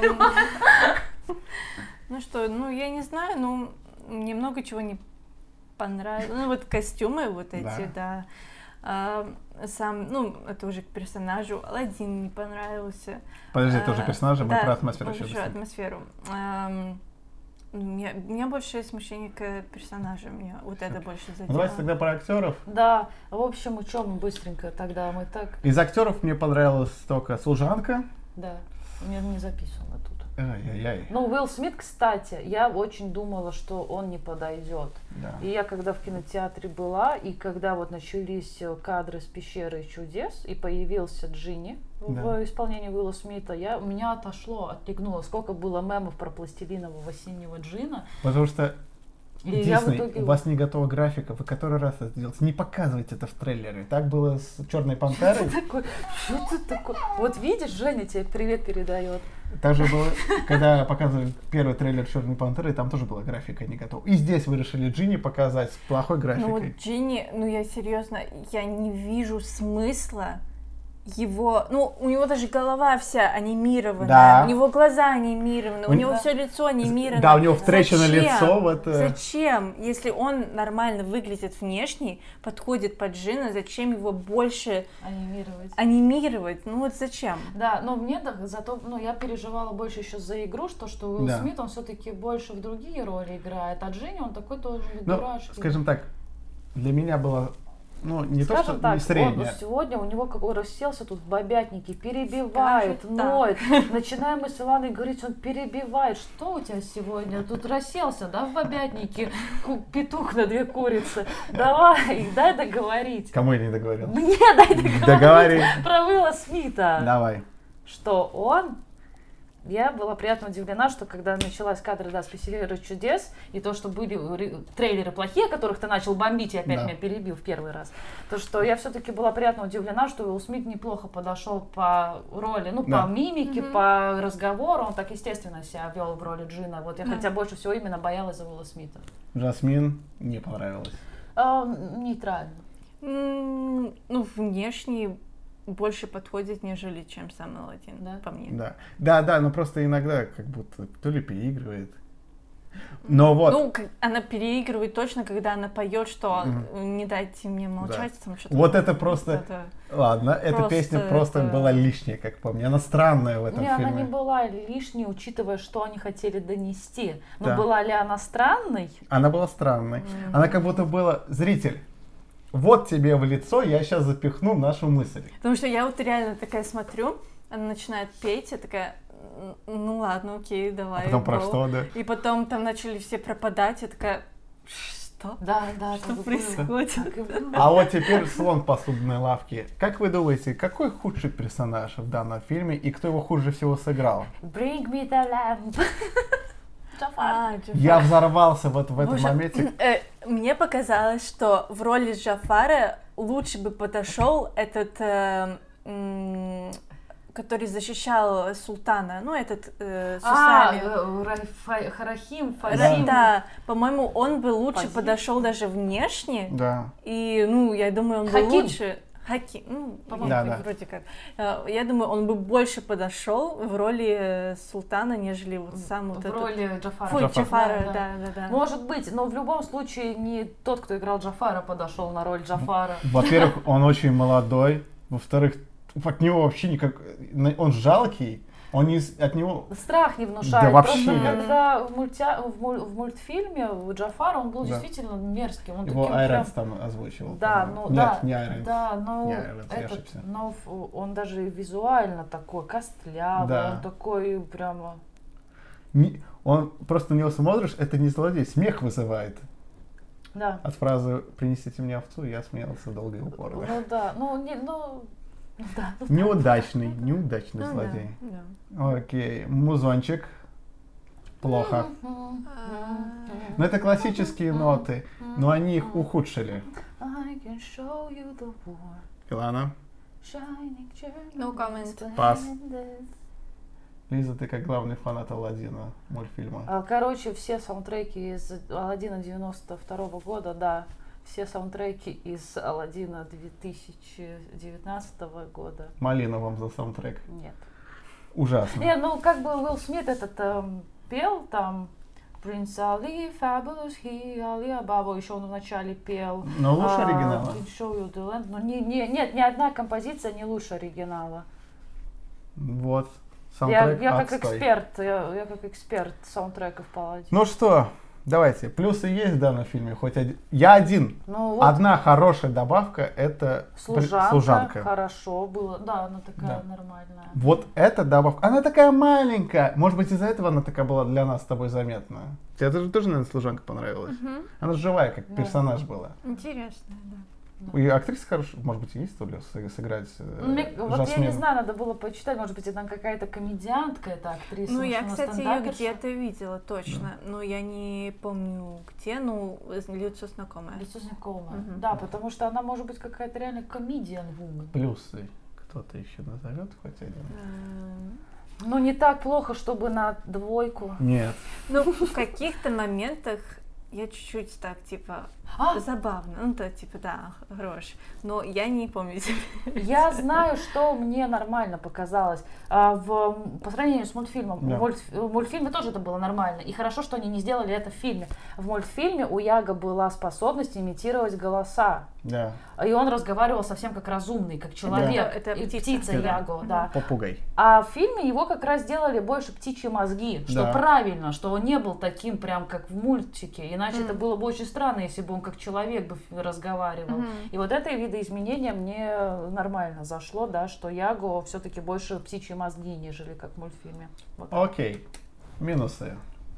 Ну что, ну я не знаю, ну мне много чего не понравилось. Ну вот костюмы вот эти, да. Ам, Сам, ну это уже к персонажу. Аладдин не понравился. Подожди, это уже А, персонажи, мы да, про атмосферу мы еще еще быстро. атмосферу. Ам, Меня, меня больше смущение к персонажу, меня вот это больше Ну, задело. давайте тогда про актеров. Да, в общем, учем быстренько тогда мы так, Из актеров мне понравилась только служанка. да, у меня не записано тут. Ай-яй-яй. Ну, Уилл Смит, кстати, я очень думала, что он не подойдет. Да. И я когда в кинотеатре была, и когда вот начались э, кадры с пещеры чудес, и появился Джинни Да. в исполнении Уилла Смита, я, у меня отошло, отлегнуло. Сколько было мемов про пластилинового синего Джина. Потому что И я в Дисней, итоге- у вас не готова графика, вы который раз это делаете. Не показывайте это в трейлере. Так было с Черной Пантерой. Такой, что ты такой? Вот видишь, Женя тебе привет передает. Также было, когда показывали первый трейлер Черной Пантеры, там тоже была графика не готова. И здесь вы решили Джинни показать с плохой Ну вот графикой. Джинни, ну я серьезно, я не вижу смысла его, ну у него даже голова вся анимированная, Да. у него глаза анимированы, у, У него него- все лицо анимировано. Да, у него втречено Зачем? лицо, вот, э. Зачем, если он нормально выглядит внешне, подходит под Джина, зачем его больше Анимировать. анимировать? Ну вот зачем? Да, но мне да, зато, ну, я переживала больше еще за игру, что, что Уилл Да. Смит, он все-таки больше в другие роли играет, а Джинни, он такой должен быть Ну, дурашкой. скажем так, для меня было, ну, не то, Скажем что так, не среднее. он сегодня у него какой расселся тут в бобятнике, перебивает, Скажем так. ноет. Начинаем мы с Иланой говорить, он перебивает. Что у тебя сегодня? Тут расселся, да, в бобятнике? Ку- Петух на две курицы. Давай, дай договорить. Кому я не договорил? Мне дай договорить Договори. про Уилла Смита. Давай. Что он... Я была приятно удивлена, что когда началась кадры, да, с «Пещеры чудес», и то, что были ре- трейлеры плохие, которых ты начал бомбить, и опять Да. меня перебил в первый раз, то, что я все-таки была приятно удивлена, что Уилл Смит неплохо подошел по роли, ну, Да. по мимике, Мгм. по разговору, он так естественно себя вел в роли Джина. Вот я Да. хотя больше всего именно боялась за Уилла Смита. Жасмин не понравилось. А, нейтрально. М, Ну внешне больше подходит, нежели чем сам Аладдин, Да? по мне. Да, да, да, но просто иногда как будто то ли переигрывает. Но вот. Ну, как- она переигрывает точно, когда она поет, что Мгм. не дайте мне молчать, там что-то. Вот это такое. просто- Это- Ладно, эта Просто песня просто это- была лишняя, как по мне. Она странная в этом Не, она фильме. не была лишней, учитывая, что они хотели донести. Но Да. была ли она странной? Она была странной. Она как будто была... Зритель, вот тебе в лицо, я сейчас запихну нашу мысль. Потому что я вот реально такая смотрю, она начинает петь, я такая, «М, ну ладно, окей, давай. А потом про go». что, да? И потом там начали все пропадать, я такая, что? Да, да, Что так и было. происходит? Так и было. А вот теперь слон посудной лавки. Как вы думаете, какой худший персонаж в данном фильме и кто его хуже всего сыграл? Bring me the lamp. Джафар. А, Джафар. Я взорвался вот в этом Боже, моменте. э, мне показалось, что в роли Джафара лучше бы подошел этот, э, м, который защищал султана, ну этот э, с А, усами. э, Райфа- Харахим, Да, Фазим. да, по-моему, он бы лучше Фазим? подошел даже внешне, Да. и, ну, я думаю, он бы Хаким. лучше... Хаким, ну, По-моему, Да, вроде, да. вроде как. Э, Я думаю, он бы больше подошел в роли э, султана, нежели вот сам вот В этот... роли Джафара. Фу, Джафар. Джафара, Да, да, да, да. Может быть, но в любом случае не тот, кто играл Джафара, подошел на роль Джафара. Во-первых, он очень молодой. Во-вторых, от него вообще никак... Он жалкий. Он не... из- От него... Страх не внушает. Да вообще Просто нет. когда в, мультя... в, муль- в мультфильме у Джафара он был Да. действительно мерзким. Он Его таким Айренс прям- там озвучивал. Да, по-моему. ну Нет, да, не Айренс. да, но Не Айренс, я этот, ошибся. но ф- он даже визуально такой костлявый, Да. он такой прямо. Не- Он просто на него смотришь, это не злодей, смех вызывает. Да. От фразы «принесите мне овцу» я смеялся долго и упорно. Ну да, ну не, ну, ну да. ну, Неудачный, неудачный Ну, злодей. да, да. Окей, музончик. Плохо. Но это классические ноты, но они их ухудшили. I can show you the war, Илана, shining No comment. German Пас. splendid. Лиза, ты как главный фанат Аладдина мультфильма. А, Короче, все саундтреки из Аладдина девяносто второго года, да, все саундтреки из Аладдина две тысячи девятнадцатого года, Малина вам за саундтрек. нет. Ужасно. Не, ну как бы Уилл Смит этот эм, пел там Prince Ali, Fabulous He, Ali Ababa, еще он вначале пел. Но лучше а, оригинала. Can Show You the Land. Ну, не, не, нет, ни одна композиция не лучше оригинала. Вот. Я, Саундтрек я как отстой. эксперт, я, я как эксперт саундтреков Паладин. Ну что, давайте. Плюсы есть в данном фильме? Хоть один. Я один. Ну, вот Одна хорошая добавка — это при- служанка, служанка. хорошо было, да, она такая Да. нормальная. Вот эта добавка, она такая маленькая. Может быть, из-за этого она такая была для нас с тобой заметна. Тебе тоже, тоже наверное, служанка понравилась? Мгм. Она живая, как Да. персонаж была. Интересно, да. И актриса хорошая, может быть, есть то ли сыг- сыграть э, Мне- вот я Жасмин? не знаю, надо было почитать, может быть, она какая-то комедиантка, эта актриса. Ну, может, я, она кстати, ее стендаперша? где-то видела, точно. Но я не помню где, ну, лицо знакомое. Лицо знакомое. Мгм. Да, потому что она может быть какая-то реально комедиан вумен. Плюсы. Кто-то еще назовет хоть один? Эм, Ну, не так плохо, чтобы на двойку. Нет. Ну, в каких-то моментах я чуть-чуть так, типа, А, забавно. Ну, то, типа, да, хорош. Но я не помню тебя. я знаю, что мне нормально показалось. А, в, по сравнению с мультфильмом. Да. В, мульт- в мультфильме тоже это было нормально. И хорошо, что они не сделали это в фильме. В мультфильме у Яга была способность имитировать голоса. Да. И он разговаривал совсем как разумный, как человек. Это- это И птица. птица Да. Яго, да. Попугай. А в фильме его как раз сделали больше птичьи мозги, что Да. правильно, что он не был таким прям как в мультике, иначе Мгм. это было бы очень странно, если бы он как человек бы разговаривал. Мгм. И вот это видоизменение мне нормально зашло, да, что Яго все-таки больше птичьи мозги, нежели как в мультфильме. Вот. Окей. Минусы.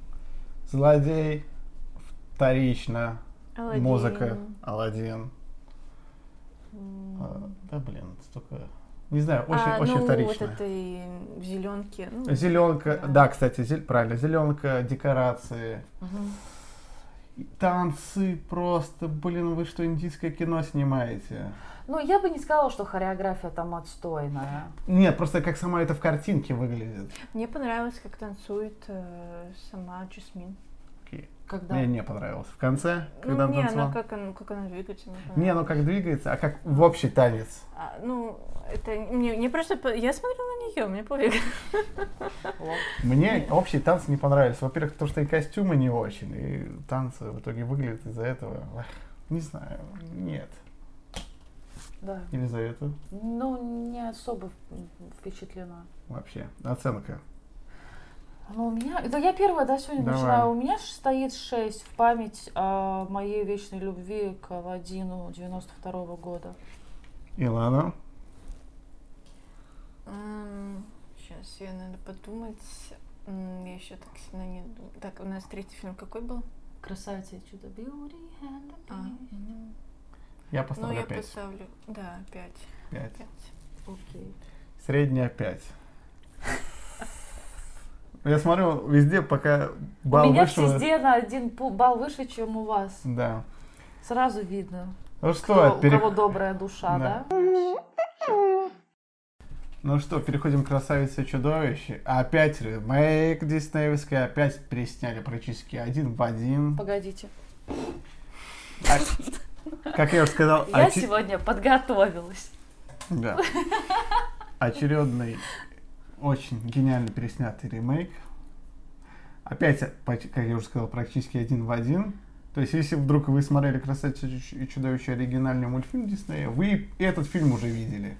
Злодей. Вторично. Аладдин. Музыка. Аладдин. М. А, да блин, столько. Не знаю, очень, А, очень ну, вторично. вот этой зеленки. Ну, Зеленка, да. да, кстати, зель- правильно, зеленка, декорации, Мгм. и танцы просто, блин, вы что, индийское кино снимаете? Ну, я бы не сказала, что хореография там отстойная. Нет, просто как сама это в картинке выглядит. Мне понравилось, как танцует э, сама Джасмин. Окей. Когда... Мне не понравилось. В конце, когда Ну, он не, танцевал. она как, она как она двигается. мне Не, ну понравилось. как двигается, а как в общий танец. А, ну, Это мне, мне просто... Я смотрела на нее, мне пофиг. Мне общие танцы не понравились. Во-первых, потому что и костюмы не очень, и танцы в итоге выглядят из-за этого. Не знаю, нет. Да. Елизавета? Ну, не особо впечатлена. Вообще. Оценка. Ну, у меня... Да я первая, да, сегодня Давай. начала. У меня стоит шесть в память о моей вечной любви к Аладдину девяносто второго года. Илана? Um, сейчас, я надо подумать. М, Я еще так сильно не думаю. Так, у нас третий фильм какой был? Красавица и чудо. Beauty and the А, Beast. ну, Я ну, поставлю я пять. поставлю. Да, пять. Пять. Пять. Окей. Средняя пять. Я смотрю везде, пока У балл меня вышел. везде на один пу- балл выше, чем у вас. Да. Сразу видно, Ну кто, что, у пере- кого добрая душа, Да. да? ну что, переходим к «Красавице и чудовище». Опять ремейк диснеевский, опять пересняли практически один в один. Погодите. А- как я уже сказал, Я оче- сегодня подготовилась. да. очередный, очень гениально переснятый ремейк. Опять, поч- как я уже сказал, практически один в один. То есть, если вдруг вы смотрели «Красавицу и чудовище» оригинальный мультфильм Диснея, вы этот фильм уже видели.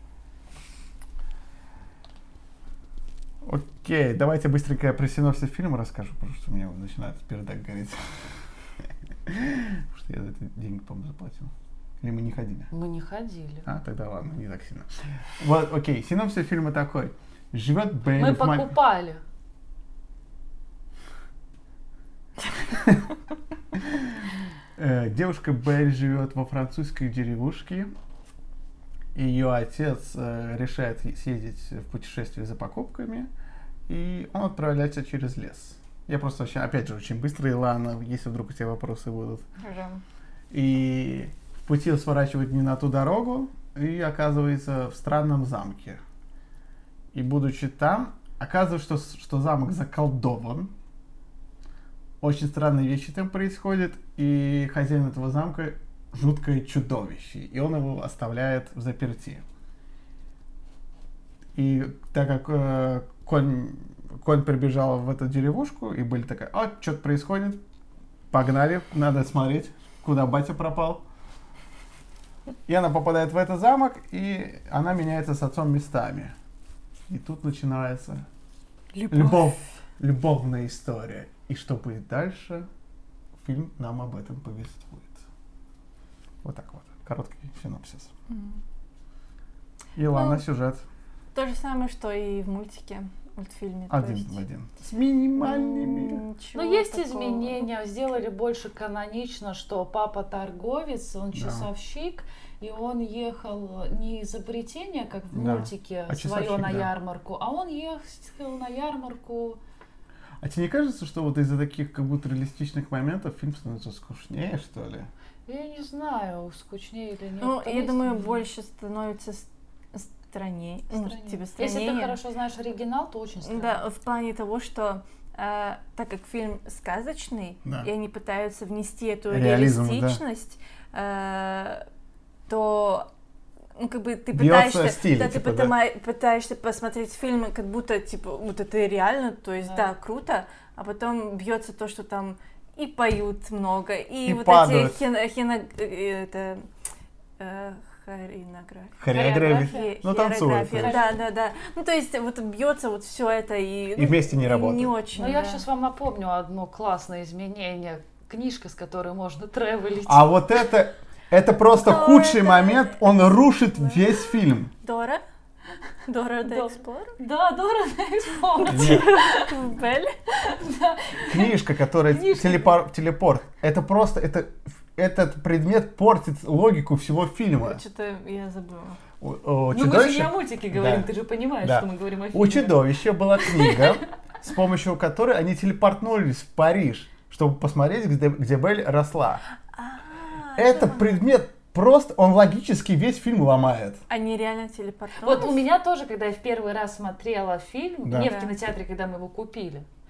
Окей, давайте быстренько про синопсис фильма расскажу, потому что у меня начинает пердак гореть. Потому что я за это деньги, по-моему, заплатил. Или мы не ходили? Мы не ходили. А, тогда ладно, не так сильно. Вот, окей, синопсис фильма такой. Живет Бенни Мы в ма- покупали. Э, Девушка Белль живет во французской деревушке. Ее отец э, решает съездить в путешествие за покупками, и он отправляется через лес. Я просто, очень, опять же, очень быстро, Илана, если вдруг у тебя вопросы будут. Уже. И в пути он сворачивает не на ту дорогу и оказывается в странном замке. И будучи там, оказывается, что, что замок заколдован. Очень странные вещи там происходят, и хозяин этого замка жуткое чудовище, и он его оставляет в заперти. И так как э, конь, конь прибежал в эту деревушку, и были такая, о, что-то происходит, погнали, надо смотреть, куда батя пропал. И она попадает в этот замок, и она меняется с отцом местами. И тут начинается Любовь. любовь, любовная история. И что будет дальше, фильм нам об этом повествует. Вот так вот. Короткий синопсис. Мгм. Илана, Ну, сюжет. То же самое, что и в мультике, в мультфильме. то Один есть, в один. С минимальными. м, ничего Но есть такого. изменения, сделали больше канонично, что папа торговец, он Да. часовщик, и он ехал не изобретение, как в Да. мультике, А свое часовщик, на да. ярмарку, а он ехал на ярмарку. А тебе не кажется, что вот из-за таких как будто реалистичных моментов фильм становится скучнее, что ли? Я не знаю, скучнее или нет. Ну, Там я есть думаю, изменения. больше становится с- страннее. Ну, Страннее. типа, Если ты страннее. хорошо знаешь оригинал, то очень странно. Да, в плане того, что э, так как фильм сказочный, Да. и они пытаются внести эту Реализм, да. реалистичность, э, то ну, как бы ты Бьётся пытаешься, стиль, да, типа, ты потома- пытаешься посмотреть фильм, как будто типа вот это реально, то есть Да. да, круто, а потом бьется то, что там и поют много, и, И вот падают. эти хино- хино- э, это э, хореография. Хореография. Хе- Ну, танцуют. хореография, да, да, да. Ну, то есть вот бьется вот все это и... И вместе не работает. Не очень, Но я да. сейчас вам напомню одно классное изменение. Книжка, с которой можно тревелить. А вот это, это просто Да, худший это- момент, он рушит весь фильм. Дора? Дора Да. the Explorer? Да, Дора на экспорт. Нет. Белль? Книжка, которая Книжка. телепор- телепорт, это просто, это, этот предмет портит логику всего фильма. Что-то я забыла. У, у Ну мы же не чудовища, о мультике говорим, Да. ты же понимаешь, Да. что мы говорим о фильме. у чудовища была книга, с помощью которой они телепортнулись в Париж, чтобы посмотреть, где, где Белль росла. А, Этот да. предмет просто, он логически весь фильм ломает. Они реально телепортнулись? Вот у меня тоже, когда я в первый раз смотрела фильм, Да. не Да. в кинотеатре, когда мы его купили,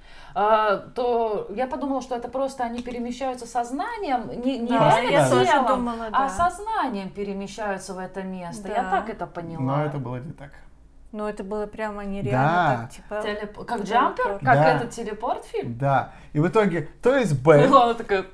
а, то я подумала, что это просто они перемещаются сознанием, не, не Да, реально я тоже телом, думала, а да. сознанием перемещаются в это место. Да. Я так это поняла. Но это было не так. Ну, это было прямо Да. нереально, так, типа... Телеп- Как телепорт. джампер? Как Да. этот телепорт-фильм? Да. И в итоге, то есть Белль, Она такая...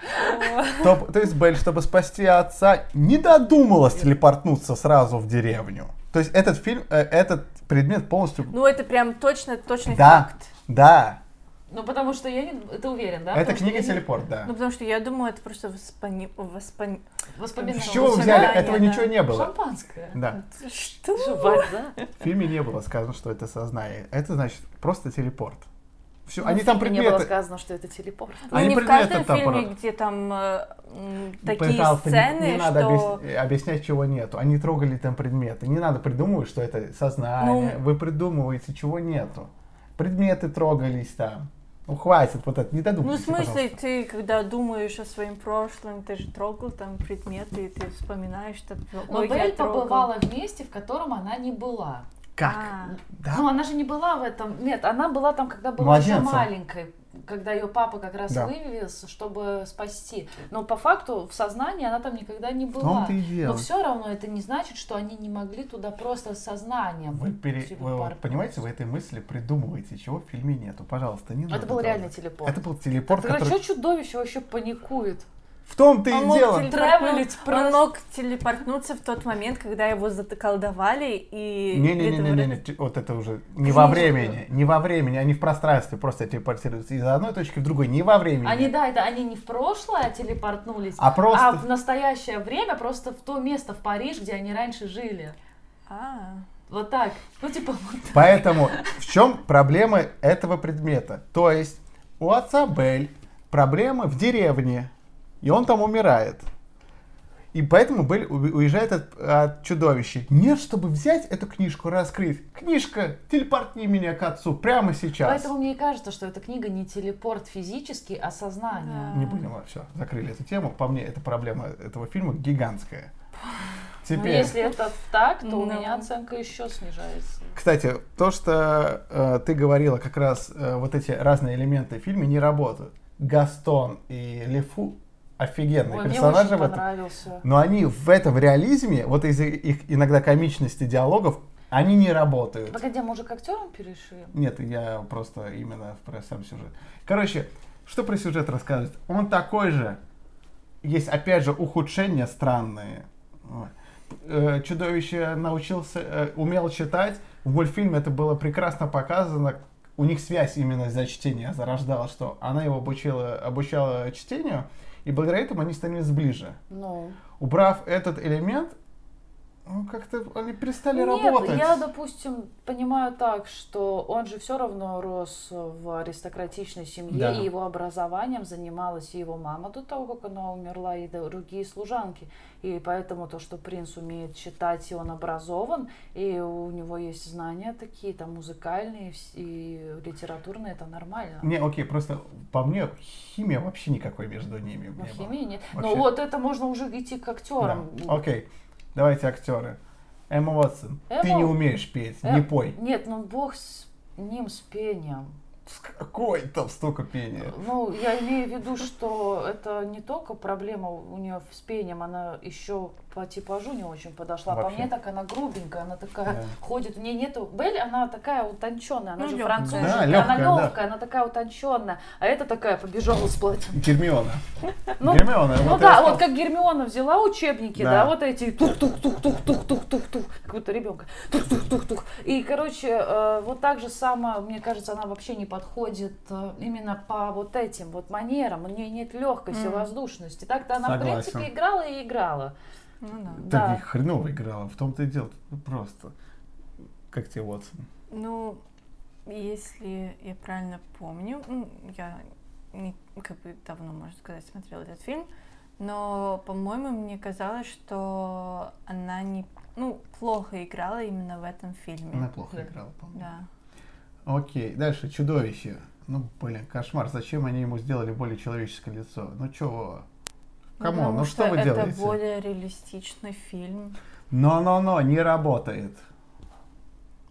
то, то есть Белль, чтобы спасти отца, не додумалась телепортнуться сразу в деревню. То есть этот фильм, э, этот предмет полностью... Ну, это прям точно, точный Да, факт. да. Ну, потому что я не... Ты уверен, да? Это Потому что книга я не- «Телепорт», да. Ну, потому что я думаю, это просто воспони... воспони... Воспоминания. С чего вы взяли? Воспоминания, Этого да. ничего не было. Шампанское. Да. Что? Жевать, да? В фильме не было сказано, что это сознание. Это значит просто телепорт. Все, Ну, они в там фильме не было предметы... сказано, что это телепорт. Ну, Они не в предметы каждом там фильме, порой. где там э, м, такие Пожалуйста, не- сцены, не, надо что... объяс- объяснять, чего нету. Они трогали там предметы. Не надо придумывать, что это сознание. Ну- Вы придумываете, чего нету. Предметы трогались там. Ну хватит, вот это, не Ну, в додумывайте, смысле, пожалуйста. ты, когда думаешь о своем прошлом, ты же трогал там предметы, и ты вспоминаешь, что... Но «Ой, я Белль трогал». побывала в месте, в котором она не была. Как? А. Да? Ну, она же не была в этом. Нет, она была там, когда была Младенцем. еще маленькой. Когда ее папа как раз Да. вывез, чтобы спасти. Но по факту в сознании она там никогда не была. том-то и дело. Но все равно это не значит, что они не могли туда просто сознанием. Вы, пере- вы вот телепортнуться. понимаете, в этой мысли придумываете, чего в фильме нету. Пожалуйста, не надо. Это был этого. реальный телепорт. Это был телепорт, Так, который... что чудовище вообще паникует? В том-то Он и мог, дело. телепортну- Тревелить он просто. мог телепортнуться в тот момент, когда его заколдовали и... Не-не-не-не, это вот это уже не во времени, не во времени, они в пространстве просто телепортируются из одной точки в другую, не во времени. Они, да, это они не в прошлое телепортнулись, А просто- а в настоящее время просто в то место, в Париж, где они раньше жили. А, Вот так. Ну, типа, вот так. Поэтому в чем проблема этого предмета? То есть у отца Белль проблемы в деревне, и он там умирает. И поэтому Белль у- уезжает от, от чудовища. Нет, чтобы взять эту книжку, раскрыть. Книжка, телепортни меня к отцу прямо сейчас. Поэтому мне и кажется, что эта книга не телепорт физический, а сознание. Не будем, все, закрыли эту тему. По мне, эта проблема этого фильма гигантская. Но Теперь, если это так, то у Ну. меня оценка еще снижается. кстати, то, что э, ты говорила, как раз э, вот эти разные элементы в фильме не работают. Гастон и Лефу офигенные Ой, мне персонажи очень в этом. понравился. Но они в этом реализме, вот из-за их иногда комичности диалогов, они не работают. Погоди, мы уже к актерам перешли? Нет, я просто именно про сам сюжет. Короче, что про сюжет рассказывать? Он такой же. Есть, опять же, ухудшения странные. Ой. Э, Чудовище научился, э, умел читать. В мультфильме это было прекрасно показано. У них связь именно из-за чтения зарождалась, что она его обучила, обучала чтению, и благодаря этому они становились ближе. Ну. Убрав этот элемент, ну, как-то они перестали Нет, работать. я, допустим, понимаю так, что он же все равно рос в аристократичной семье, Да. и его образованием занималась и его мама до того, как она умерла, и другие служанки. И поэтому то, что принц умеет читать, и он образован, и у него есть знания такие, там, музыкальные вс- и литературные, это нормально. Не, окей, просто по мне химия вообще никакой между ними Но не было. химии нет. Вообще. Ну вот это можно уже идти к актерам. Да. Окей, давайте актеры. Эмма Уотсон, ты Эмма- не умеешь петь, Э, не пой. Нет, ну бог с ним, с пением. С какой там столько пения? Ну, я имею в виду, что это не только проблема у нее с пением, она еще по типажу не очень подошла. Вообще. По мне так она грубенькая, она такая Да. ходит, у нее нету... Белль, она такая утонченная, она Ну, же лёгкая. француженка, Да, она лёгкая, да. легкая, она такая утонченная, а эта такая побежала с платьем. Гермиона. Ну, Гермиона. Ну вот да, я вот сказал. как Гермиона взяла учебники, Да. да, вот эти тух-тух-тух-тух-тух-тух-тух, как будто ребенка, тух-тух-тух-тух. И, короче, э, вот так же самое, мне кажется, она вообще не подходит э, именно по вот этим вот манерам, у нее нет легкости, Мгм. воздушности. Так-то она, в Согласен. принципе, играла и играла. ну да. Так Да. и хреново играла, в том-то и дело. Ну, просто. Как тебе Уотсон? Ну, если я правильно помню, ну, я не, как бы давно, можно сказать, смотрела этот фильм, но, по-моему, мне казалось, что она не, ну, плохо играла именно в этом фильме. Она плохо Да. играла, по-моему. Да. Окей, дальше, чудовище. Ну, блин, кошмар. Зачем они ему сделали более человеческое лицо? Ну, чего? Камон, Потому ну что вы это делаете? более реалистичный фильм. Но-но-но, не работает.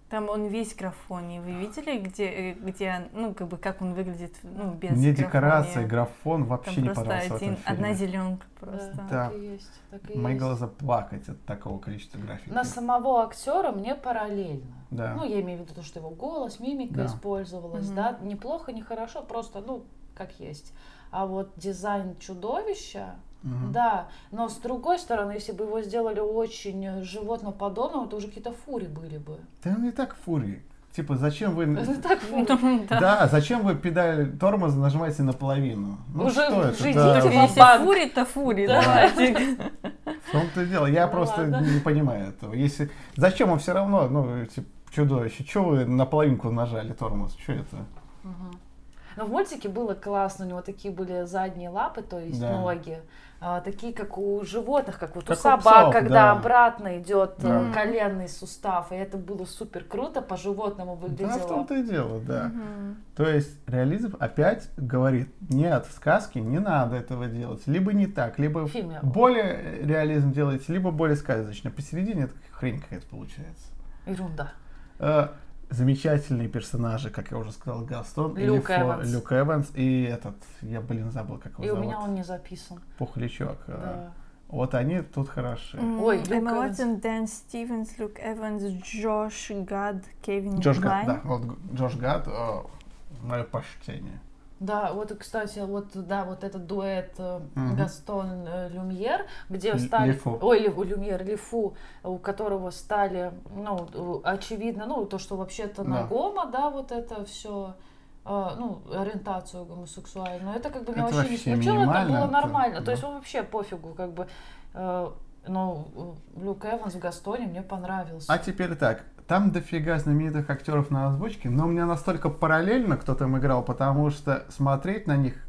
Там он весь графоний. Вы видели, где, где, ну, как бы, как он выглядит, ну, без Мне графония? декорация, графон вообще Там не просто понравился один, в этом одна фильме. зеленка просто. Да, Да. так и есть. Так и Мои есть. глаза плакать от такого количества графики. На самого актера мне параллельно. Да. Ну, я имею в виду то, что его голос, мимика Да. использовалась, Мгм. да, неплохо, не хорошо, просто, ну, как есть. А вот дизайн чудовища, Мгм. да, но с другой стороны, если бы его сделали очень животноподобным, то уже какие-то фури были бы. Да он и так фурий. Типа, зачем вы... Это так фури. Да. Да, зачем вы педаль тормоза нажимаете наполовину? Ну Уже что это? живите Да, в Если Ва-банк. фури, то фури, Да. давайте. в том-то и дело. Я Ну просто ладно. не понимаю этого. Если... Зачем вам все равно, ну, типа, чудовище, что вы на половинку нажали тормоз? Что это? Мгм. Но в мультике было классно, у него такие были задние лапы, то есть Да. ноги, а, такие как у животных, как вот Как у у собак, псов, когда да. обратно идет э, Да. коленный сустав, и это было супер круто, по животному Да, в выглядело. том-то и дело, да. Мгм. То есть реализм опять говорит, нет, в сказке не надо этого делать. Либо не так, либо В фильме. более реализм делаете, либо более сказочно. Посередине это хрень какая-то получается. Ерунда. Э, Замечательные персонажи, как я уже сказал, Гастон, и Люк Лефо- Эванс. Люк Эванс и этот, я, блин, забыл, как его И у зовут. меня он не записан. Пухлячок. э, Да. Вот они тут хороши. М, Ой, Люк Эмма Эванс. Уотсон, Дэн Стивенс, Люк Эванс, Джош Гад, Кевин Джош Гад, Клайн. да, вот Г- Джош Гад, э, мое почтение. Да, вот, и, кстати, вот, да, вот этот дуэт э, Мгм. Гастон э, Люмьер, где Л- стали... Лефу. Ой, Ле- Люмьер, Лефу, у которого стали, ну, э, очевидно, ну, то, что вообще-то Да. на гомо, да, вот это все, ну, ориентацию гомосексуальную, это как бы меня Это вообще не вообще смутило, это минимально, было это- нормально, да. то есть вообще пофигу, как бы, э, ну, Люк Эванс в Гастоне мне понравился. А теперь так, там дофига знаменитых актеров на озвучке, но у меня настолько параллельно кто там играл, потому что смотреть на них...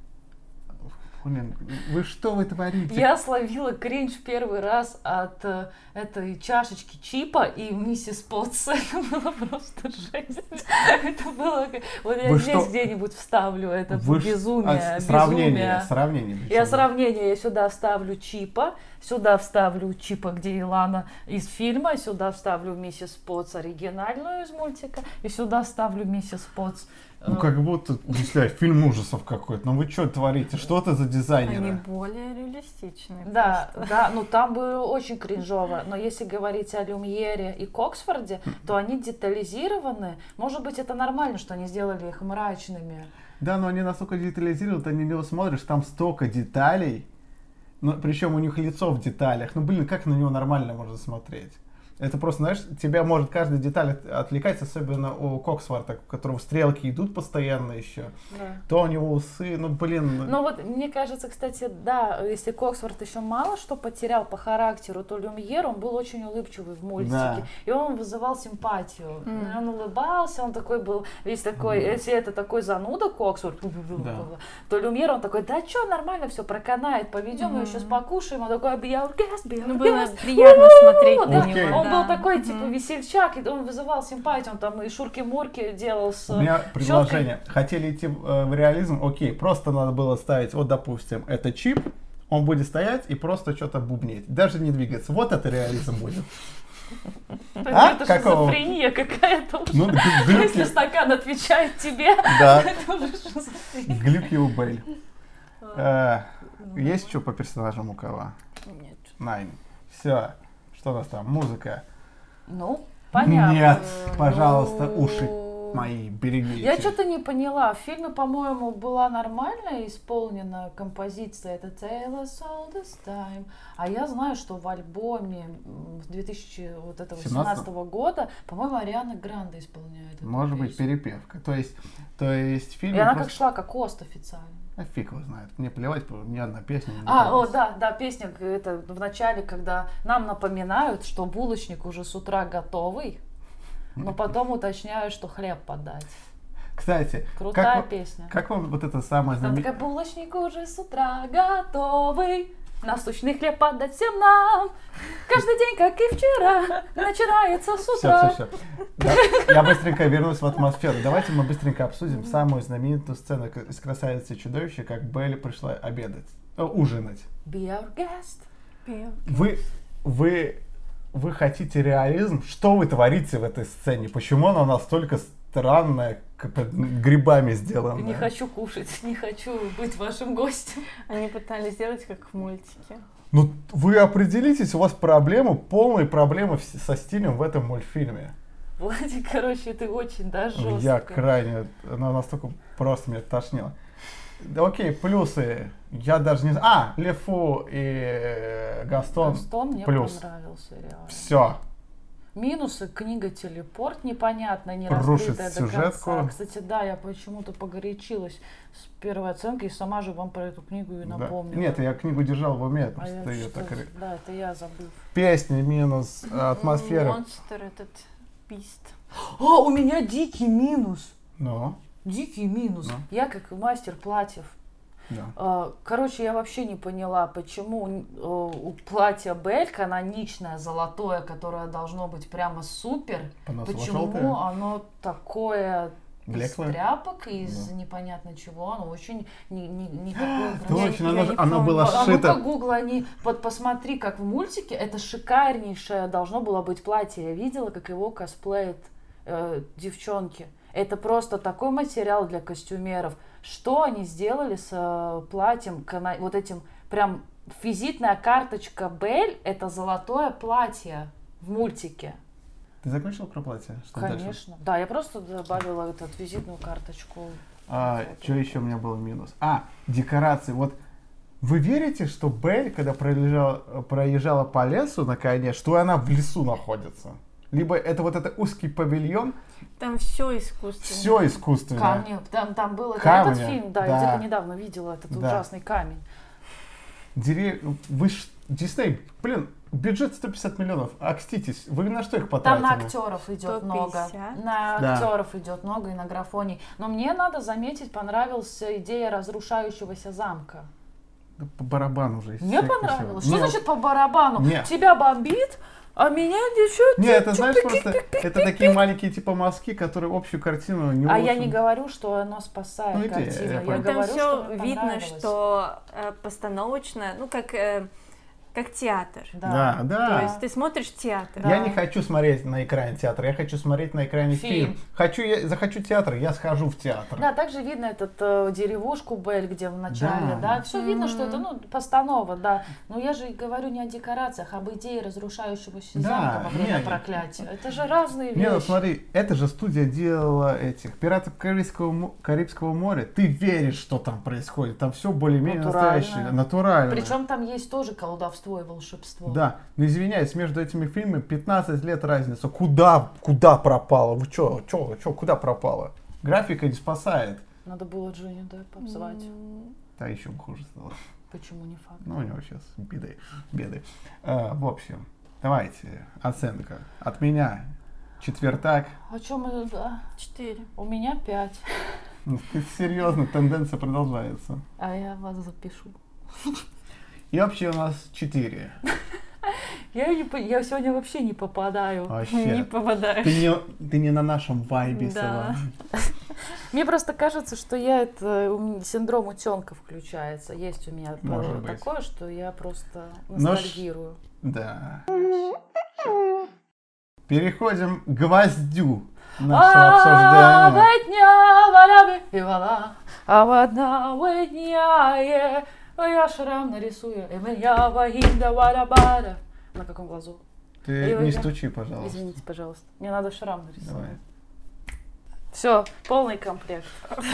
Блин, вы что вы творите? Я словила кринж первый раз от э, этой чашечки чипа и миссис Потс. Это было просто жесть. Это было... как- Вот я Вы здесь что? где-нибудь вставлю это Вы ш- безумие, а, с- сравнение, безумие. сравнение. Я причем. сравнение, я сюда вставлю Чипа, сюда вставлю Чипа, где Илана из фильма, сюда вставлю миссис Потс оригинальную из мультика, и сюда вставлю миссис Потс. э, Ну как будто, если фильм ужасов какой-то, ну вы что творите, что это за Они дизайнеры? более реалистичные. Да, просто. да, ну там было очень кринжово, но если говорить о Люмьере и Коксфорде, то они детализированы. Может быть, это нормально, что они сделали их мрачными. Да, но они настолько детализированы, ты на него смотришь, там столько деталей, но причем у них лицо в деталях. Ну блин, как на него нормально можно смотреть? Это просто, знаешь, тебя может каждая деталь от- отвлекать, особенно у Коксворта, у которого стрелки идут постоянно еще. Да. То у него усы, ну блин. Ну вот, мне кажется, кстати, да, если Коксворт еще мало что потерял по характеру, то Люмьер, он был очень улыбчивый в мультике. Да. И он вызывал симпатию. Мгм. Он улыбался, он такой был весь такой, Мгм. если это такой зануда Коксворт, Да. то Люмьер, он такой, да что, нормально все проканает, поведем ее Мгм. сейчас покушаем. Он такой, be our guest, be our Ну, было guest. приятно смотреть на Да, Окей. него. Он да. был такой, Мгм. типа, весельчак, и он вызывал симпатию, он там и шурки-мурки делал с... У меня предложение. Хотели идти э, в реализм, окей, просто надо было ставить, вот допустим, это чип, он будет стоять и просто что-то бубнить, даже не двигаться. Вот это реализм будет. А? Это Какого? шизофрения какая-то уже. Ну, г- Если глюки, стакан отвечает тебе, да, это уже шизофрения. глюки у Бель. Э, Есть что по персонажам у кого? Нет. Найн. Все. Что у нас там? Музыка. Ну, понятно. Нет, пожалуйста, Ну, уши мои берегите. Я что-то не поняла. В фильме, по-моему, была нормально исполнена композиция. Это Tale us all this time. А я знаю, что в альбоме м, две тысячи семнадцатого года, по-моему, Ариана Гранде исполняет эту Может быть, песню. перепевка. То есть, то есть фильм. И она как шла, как Ост официально. А фиг его знает. Мне плевать, ни одна песня не А, о, нравится. да, да, песня это в начале, когда нам напоминают, что булочник уже с утра готовый, но потом уточняют, что хлеб подать. Кстати, Крутая как, вам- песня. как вам вот это самое Там знаменитое? такая, булочник уже с утра готовый, насущный хлеб подать всем нам. Каждый день, как и вчера, начинается с Все, утра. все, все. Я быстренько вернусь в атмосферу. Давайте мы быстренько обсудим самую знаменитую сцену к- из «Красавицы и чудовища», как Белли пришла обедать, э, ужинать. Be our guest. Вы, вы вы хотите реализм, что вы творите в этой сцене? Почему она настолько странная, как грибами сделана? Не хочу кушать, не хочу быть вашим гостем. Они пытались сделать как в мультике. Ну, вы определитесь, у вас проблемы, полные проблемы со стилем в этом мультфильме. Владик, короче, ты очень, да, жестко. Я крайне, она настолько просто меня тошнило. Да, окей, плюсы. Я даже не знаю. А, Лефу и Гастон. Гастон мне плюс. понравился, реально. Все. Минусы: книга «Телепорт» непонятная, не Рушит раскрытая сюжетку. до конца. Кстати, да, я почему-то погорячилась с первой оценкой и сама же вам про эту книгу и напомнила. Да. Нет, я книгу держал в уме. А я ее что, так... Да, это я забыл. Песни минус, атмосфера. Монстр этот, Бист. О, у меня дикий минус. Ну? Дикий минус. Ну? Я как мастер платьев. Да. Короче, я вообще не поняла, почему у платья Бель каноничное, золотое, которое должно быть прямо супер, почему желтое? Оно такое блеклое? Из тряпок, из да. непонятно чего, оно очень не, не, не такое. Точно, оно, оно было сшито. А ну-ка, Google, они, вот посмотри, как в мультике, это шикарнейшее должно было быть платье. Я видела, как его косплеят э, девчонки. Это просто такой материал для костюмеров. Что они сделали с э, платьем, вот этим прям визитная карточка Бель, это золотое платье в мультике. Ты закончил про платье? Что Конечно. Дальше? Да, я просто добавила эту визитную карточку. А, что еще у меня был минус? А, декорации. Вот вы верите, что Бель, когда проезжала, проезжала по лесу на коне, что она в лесу находится? Либо это вот это узкий павильон. Там все искусственно. Все искусственно. Камни. Там, там был Камни, этот фильм, да, да. я где-то недавно видела этот да. ужасный камень. Дерев... Вы ж... Дисней, блин, бюджет сто пятьдесят миллионов. Окститесь, вы на что их потратили? Там на актеров идет сто пятьдесят? много. На да. актеров идет много и на графоний. Но мне, надо заметить, понравилась идея разрушающегося замка. Да по барабану уже. Мне понравилось. Что Нет. значит по барабану? Нет. Тебя бомбит? А меня девчонки... Нет, это знаешь, просто это такие маленькие типа мазки, которые общую картину не А я не говорю, что оно спасает ну, картину. Я, я я Там говорю, все что видно, что э, постановочно, ну как, э, как театр. Да, да. То есть ты смотришь театр. Я да. не хочу смотреть на экране театр, я хочу смотреть на экране фильм. фильм. Хочу, я захочу театр, я схожу в театр. Да, также видно этот э, деревушку Бель, где в начале, да, да? все mm-hmm. видно, что это, ну, постанова, да. Но я же говорю не о декорациях, а об идее разрушающегося да, замка во время нет, проклятия. Это же разные вещи. Не, ну смотри, эта же студия делала этих пиратов Карибского, Карибского моря. Ты веришь, что там происходит, там все более-менее настоящее, натурально. Причем там есть тоже колдовство и волшебство. Да, но извиняюсь, между этими фильмами пятнадцать лет разница. Куда, куда пропало? Вы чё, чё, чё, куда пропало? Графика не спасает. Надо было Джонни Деппа обзывать. Mm. Да, еще хуже стало. Почему не факт? Ну, у него сейчас беды. беды. А, в общем, давайте, оценка. От меня четвертак. О чем мы, да? Четыре. У меня пять. Ну, серьезно, тенденция продолжается. А я вас запишу. И вообще у нас четыре. Я, не, я сегодня вообще не попадаю. Вообще. Не попадаешь. Ты не, ты не на нашем вайбе, да. Мне просто кажется, что я это синдром утенка включается. Есть у меня Может такое, быть. Что я просто ностальгирую. Но... Да. Переходим к гвоздю нашего обсуждения. Я шрам нарисую. На каком глазу? Ты и не стучи, пожалуйста. Извините, пожалуйста. Мне надо шрам нарисовать. Давай. Все, полный комплект.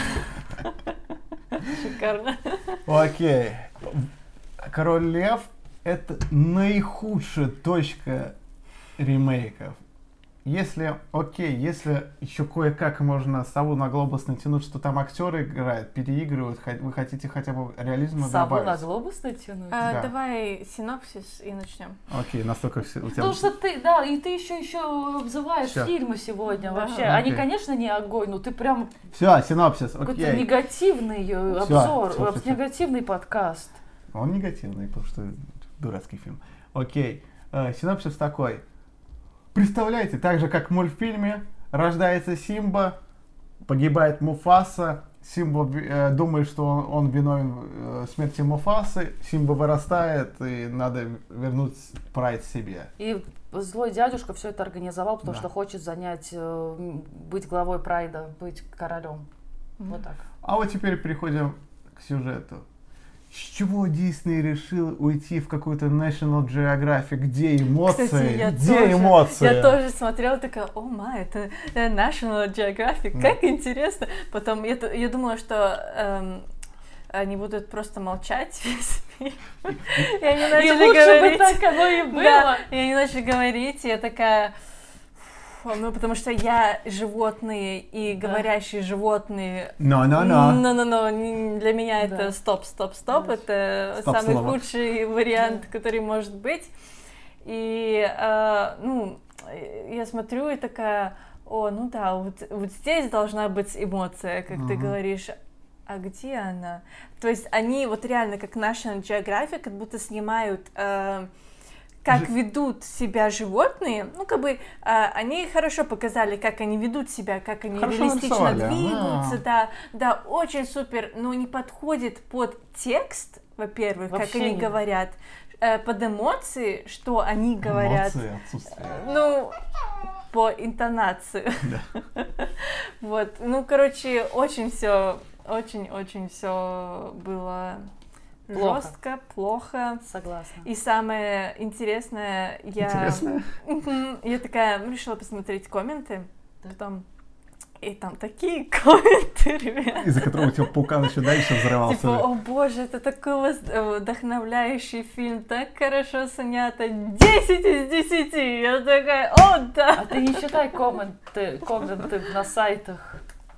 Шикарно. Окей. Король Лев — это наихудшая точка ремейков. Если, окей, если еще кое-как можно сову на глобус натянуть, что там актеры играют, переигрывают, вы хотите хотя бы реализма сову добавить. Сову на глобус натянуть? А, да. Давай синопсис и начнем. Окей, настолько все у тебя... Потому что ты, да, и ты еще еще обзываешь Всё. Фильмы сегодня да. вообще. Окей. Они, конечно, не огонь, но ты прям... Все, синопсис, окей. Какой-то негативный Всё, обзор, всё, всё, негативный всё. Подкаст. Он негативный, потому что дурацкий фильм. Окей, э, синопсис такой. Представляете, так же как в мультфильме рождается Симба, погибает Муфаса, Симба э, думает, что он, он виновен в э, смерти Муфасы, Симба вырастает, и надо вернуть прайд себе. И злой дядюшка все это организовал, потому Да. что хочет занять, э, быть главой прайда, быть королем. Mm-hmm. Вот так. А вот теперь переходим к сюжету. С чего Дисней решил уйти в какую-то National Geographic? Где эмоции? Кстати, я Где тоже, эмоции? Я тоже смотрела, такая, о май, это National Geographic, Да. как интересно. Потом я, я думала, что эм, они будут просто молчать весь фильм. И они начали И лучше говорить. бы так оно и было. Да, и они начали говорить, и я такая... Ну, потому что я животные и Да. говорящие животные. Но-но-но. Но-но-но, не- для меня Да. это стоп-стоп-стоп, Да. это Стоп самый слово. худший вариант, Да. который может быть. И, э, ну, я смотрю и такая, о, ну да, вот, вот здесь должна быть эмоция, как ты Мгм. говоришь. А где она? То есть они вот реально как National Geographic как будто снимают... э, как Жи- ведут себя животные, ну, как бы, э, они хорошо показали, как они ведут себя, как они Хорошо реалистично нарисовали, двигаются, да. да, да, очень супер, но не подходит под текст, во-первых, как Вообще они не. говорят, э, под эмоции, что они говорят, Эмоции, отсутствие. ну, по интонации. Да. Вот, ну, короче, очень все, очень-очень все было Плохо. жестко, плохо. Согласна. И самое интересное, я... Интересно. Мгм. Я такая ну, решила посмотреть комменты, Да. потом... И там такие комменты, ребят. Из-за которого у тебя паукан еще дальше взрывался. Типа, о боже, это такой вос- вдохновляющий фильм, так хорошо снято, десять из десяти. Я такая, о, А да. ты не читай комменты, комменты на сайтах,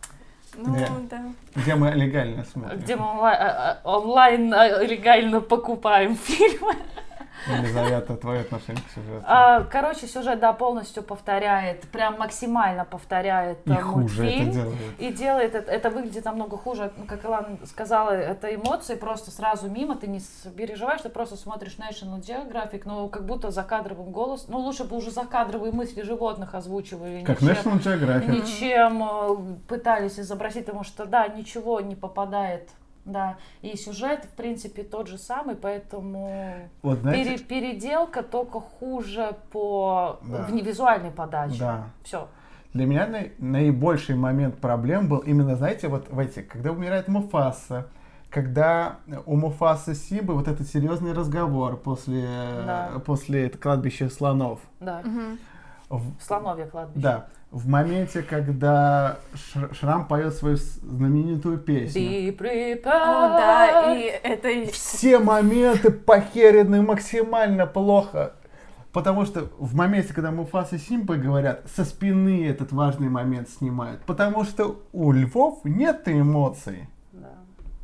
Ну, Где? да. Где мы легально смотрим. где мы онлайн, а, а, онлайн а, легально покупаем фильмы. Елизавета, твое отношение к сюжету. А, короче, сюжет, да, полностью повторяет, прям максимально повторяет И э, хуже это мультфильм. делает. И делает это, это выглядит намного хуже, ну, как Илана сказала, это эмоции просто сразу мимо, ты не с- переживаешь, ты просто смотришь National Geographic, ну, как будто закадровым голосом, ну, лучше бы уже закадровые мысли животных озвучивали, Как ничем, National Geographic. ничем э, пытались изобразить, потому что, да, ничего не попадает, да, и сюжет, в принципе, тот же самый, поэтому Вот знаете, пере- переделка только хуже по Да. в- визуальной подаче. Да. Все. для меня наи- наибольший момент проблем был именно, знаете, вот в эти, когда умирает Муфаса, когда у Муфасы с Симбой вот этот серьезный разговор после, Да. после кладбища слонов. Да. Мгм. В- Слоновье кладбище. Да. В моменте, когда Ш- Шрам поет свою с- знаменитую песню. Be prepared. О, да, и это... и- Все моменты похерены максимально плохо. Потому что в моменте, когда Муфаса и Симба говорят, со спины этот важный момент снимают. Потому что у львов нет эмоций. Да.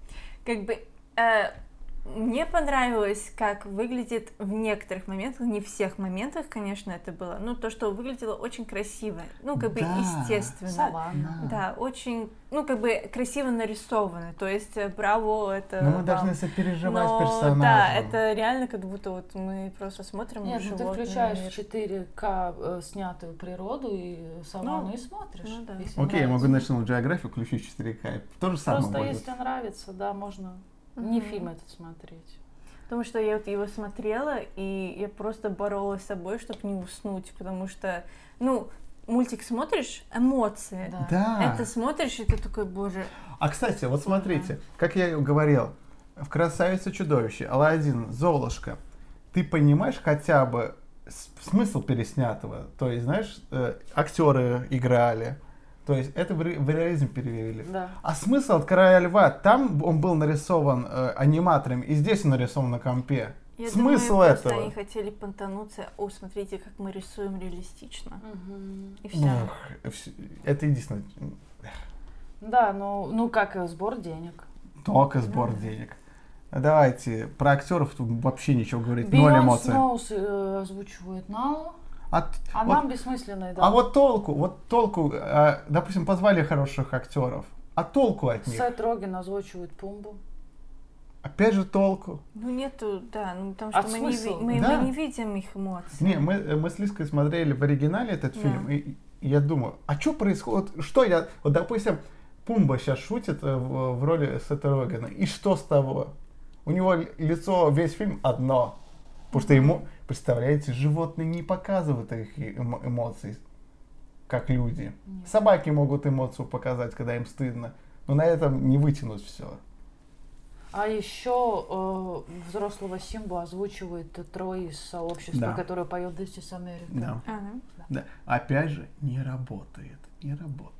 Как бы... э, мне понравилось, как выглядит в некоторых моментах, не всех моментах, конечно, это было, но то, что выглядело очень красиво, ну, как бы Да. естественно. Саванна. Да, очень, ну, как бы красиво нарисовано, то есть э, браво, это Но мы вам. должны сопереживать Но, персонажем. да, это реально как будто вот мы просто смотрим Нет, ну ты животный включаешь мир. в четыре ка э, снятую природу и саванну Ну, и смотришь. ну да. если Окей, я могу нравится. National Geographic включить четыре ка. То же самое Просто будет. если нравится, да, можно не Мгм. фильм этот смотреть. Потому что я вот его смотрела, и я просто боролась с собой, чтобы не уснуть, потому что, ну, мультик смотришь, эмоции. Да. Да. Это смотришь, и ты такой, боже, А, кстати, вот смотрите, как я и говорил, в «Красавице чудовище», Аладдин, Золушка, ты понимаешь хотя бы с- смысл переснятого? То есть, знаешь, э, актеры играли, то есть это в, ре- в реализм перевели. Да. А смысл от «Короля льва», там он был нарисован э, аниматорами, и здесь он нарисован на компе. я Смысл думаю, просто этого? они хотели понтануться, о, смотрите, как мы рисуем реалистично. Мгм. И все. Ох, вс- это единственное, Да, ну, ну как и сбор денег. только сбор денег. Давайте, про актеров тут вообще ничего говорить, ноль Бейонс эмоций. Сноус э, озвучивает Налу, А, т- а вот- нам бессмысленный, да. а вот толку, вот толку, э, допустим, позвали хороших актеров, а толку от них? Сет Роген озвучивает Пумбу. Опять же толку. Ну нету, да, ну потому А что мы не, смысл? ви- мы, Да. мы не видим их эмоций. Не, мы, э, мы с Лизкой смотрели в оригинале этот Да. фильм, и, и я думаю, а что происходит, что я, вот допустим, Пумба сейчас шутит в, в роли Сета Рогена. И что с того? У него лицо, весь фильм одно. Потому что ему, представляете, животные не показывают их эмо- эмоций, как люди. Нет. Собаки могут эмоцию показать, когда им стыдно. Но на этом не вытянуть все. А еще э, взрослого Симбу озвучивает Трой из «Сообщества», да. который поет «This is America». Да. А, да. Да. Опять же, не работает. Не работает.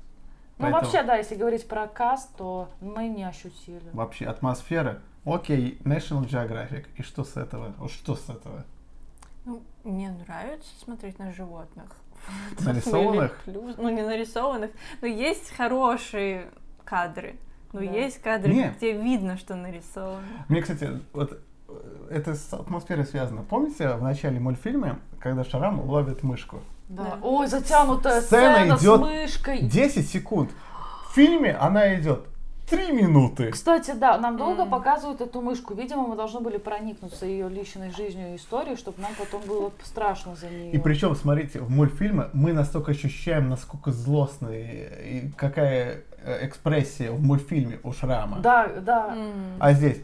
Ну, Поэтому... вообще, да, если говорить про каст, то мы не ощутили. Вообще, атмосфера. Окей, National Geographic. И что с этого? Вот что с этого? Ну, мне нравится смотреть на животных. Нарисованных? Ну, не нарисованных, но есть хорошие кадры. Но да. есть кадры, Нет. где видно, что нарисовано. Мне, кстати, вот это с атмосферой связано. Помните в начале мультфильма, когда Шрам ловит мышку? Да. да. Ой, затянутая сцена, сцена идет с мышкой. десять секунд. В фильме она идет три минуты. Кстати, да, нам долго mm. показывают эту мышку. Видимо, мы должны были проникнуться ее личной жизнью и историей, чтобы нам потом было страшно за нее. И причем, смотрите, в мультфильме мы настолько ощущаем, насколько злостные и какая экспрессия в мультфильме у Шрама. Да, да. Mm. А здесь...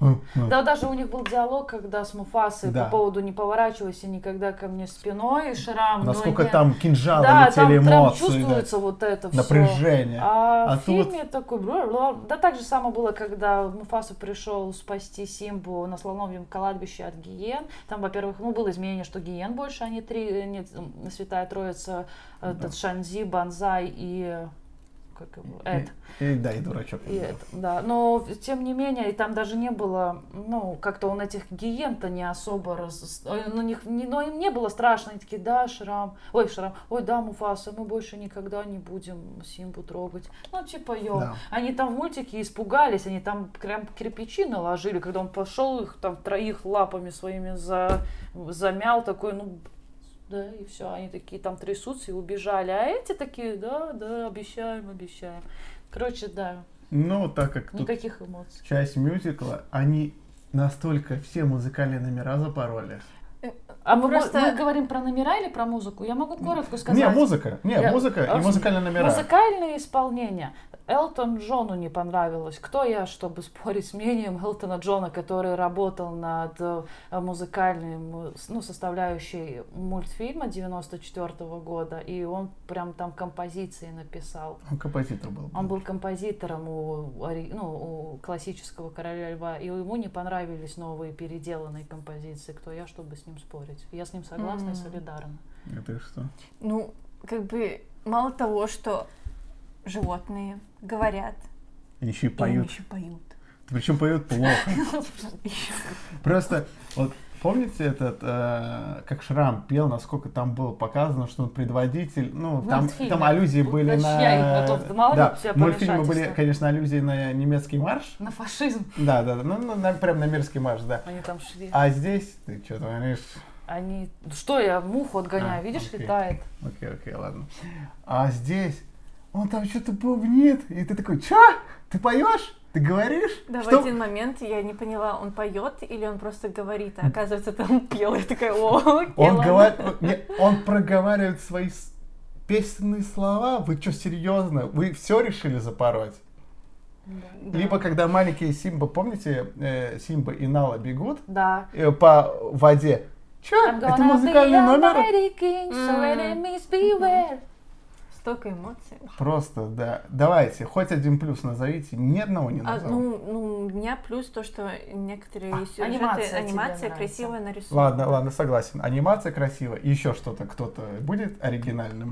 Да, даже у них был диалог, когда с Муфасой да. по поводу «не поворачивайся никогда ко мне спиной», Шрам. Насколько не... там кинжалы да, летели, там, эмоции. Там чувствуется да. вот это напряжение. все. А, а в фильме тут... такой... Да так же самое было, когда Муфаса пришел спасти Симбу на слоновьем кладбище от гиен. Там, во-первых, ну, было изменение, что гиен больше, а не три, нет, Святая Троица, да. этот Шанзи, Банзай и... Как его? Эд. И, и, да, и дурачок. И это, да. Но, тем не менее, и там даже не было, ну, как-то он этих гиен-то не особо, раз... ну, них, не, но им не было страшно. Они такие, да, Шрам, ой, Шрам, ой, да, Муфаса, мы больше никогда не будем Симбу трогать. Ну, типа, ё. Да. Они там в мультике испугались, они там прям кирпичи наложили, когда он пошел их там троих лапами своими за... замял, такой, ну, да, и все, они такие там трясутся и убежали, а эти такие, да, да, обещаем, обещаем. Короче, да. Ну, так как никаких эмоций. Часть мюзикла, они настолько все музыкальные номера запороли. А мы, Просто... мы говорим про номера или про музыку? Я могу коротко сказать. Не, музыка. Не, Я... музыка и музыкальные номера. Музыкальные исполнения. Элтон Джону не понравилось. Кто я, чтобы спорить с мнением Элтона Джона, который работал над музыкальной, ну, составляющей мультфильма девяносто четвёртого года, и он прям там композиции написал. Он композитор был. Он был композитором у, ну, у классического «Короля льва», и ему не понравились новые переделанные композиции. Кто я, чтобы с ним спорить? Я с ним согласна mm. и солидарна. Это что? Ну, как бы, мало того, что животные говорят, еще и поют. Еще поют. Причем поют плохо. Просто, вот помните этот, э, как Шрам пел, насколько там было показано, что он предводитель, ну, там, там аллюзии были на... Да, мультфильмы были, конечно, аллюзии на немецкий марш. На фашизм. Да, да, да, ну, ну на, прям на мерзкий марш, да. Они там шли. А здесь, ты что творишь? Они... Что я муху отгоняю, а, видишь, окей. Летает. Окей, окей, ладно. А здесь он там что-то бубнит, и ты такой, чё? Ты поешь? Ты говоришь? Да, что? В один момент я не поняла, он поет или он просто говорит, а оказывается, там пел. Я такая, о, окей, он, ладно. говор... он проговаривает свои песенные слова. Вы что, серьезно? Вы все решили запороть? Да. Либо когда маленькие Симба, помните, э, Симба и Нала бегут да. э, по воде? Чё? Это музыкальный номер? Mm. Столько эмоций. Просто, да. Давайте, хоть один плюс назовите. Ни одного не назвал. А, ну, ну, у меня плюс то, что некоторые а, сюжеты, анимация, анимация красиво нарисована. Ладно, ладно, согласен. Анимация красивая. Еще что-то кто-то будет оригинальным?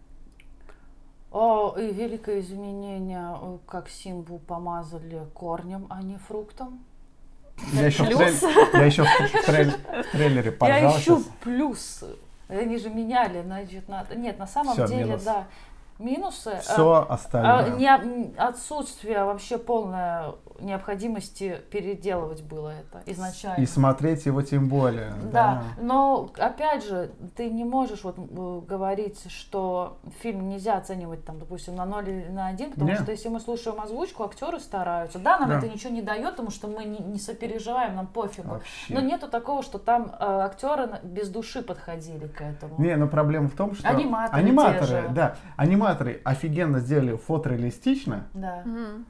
О, и великое изменение, как Симбу помазали корнем, а не фруктом. Я еще, в, трейль... Я еще в, трейль... в трейлере поржал. Я ищу плюс. Они же меняли, значит, надо. Нет, на самом Всё, деле, минус. Да. Минусы. Все а, остальное. А, не, отсутствие вообще полное необходимости переделывать было это изначально. И смотреть его тем более. Да, да. но опять же, ты не можешь вот говорить, что фильм нельзя оценивать там, допустим, на ноль или на один, потому Нет. что если мы слушаем озвучку, актеры стараются. Да, нам Да. это ничего не дает, потому что мы не, не сопереживаем, нам пофигу. Вообще. Но нету такого, что там э, актеры без души подходили к этому. Не, но проблема в том, что Аниматоры аниматоры, те же. да, аниматоры офигенно сделали фотореалистично, Да. Мгм.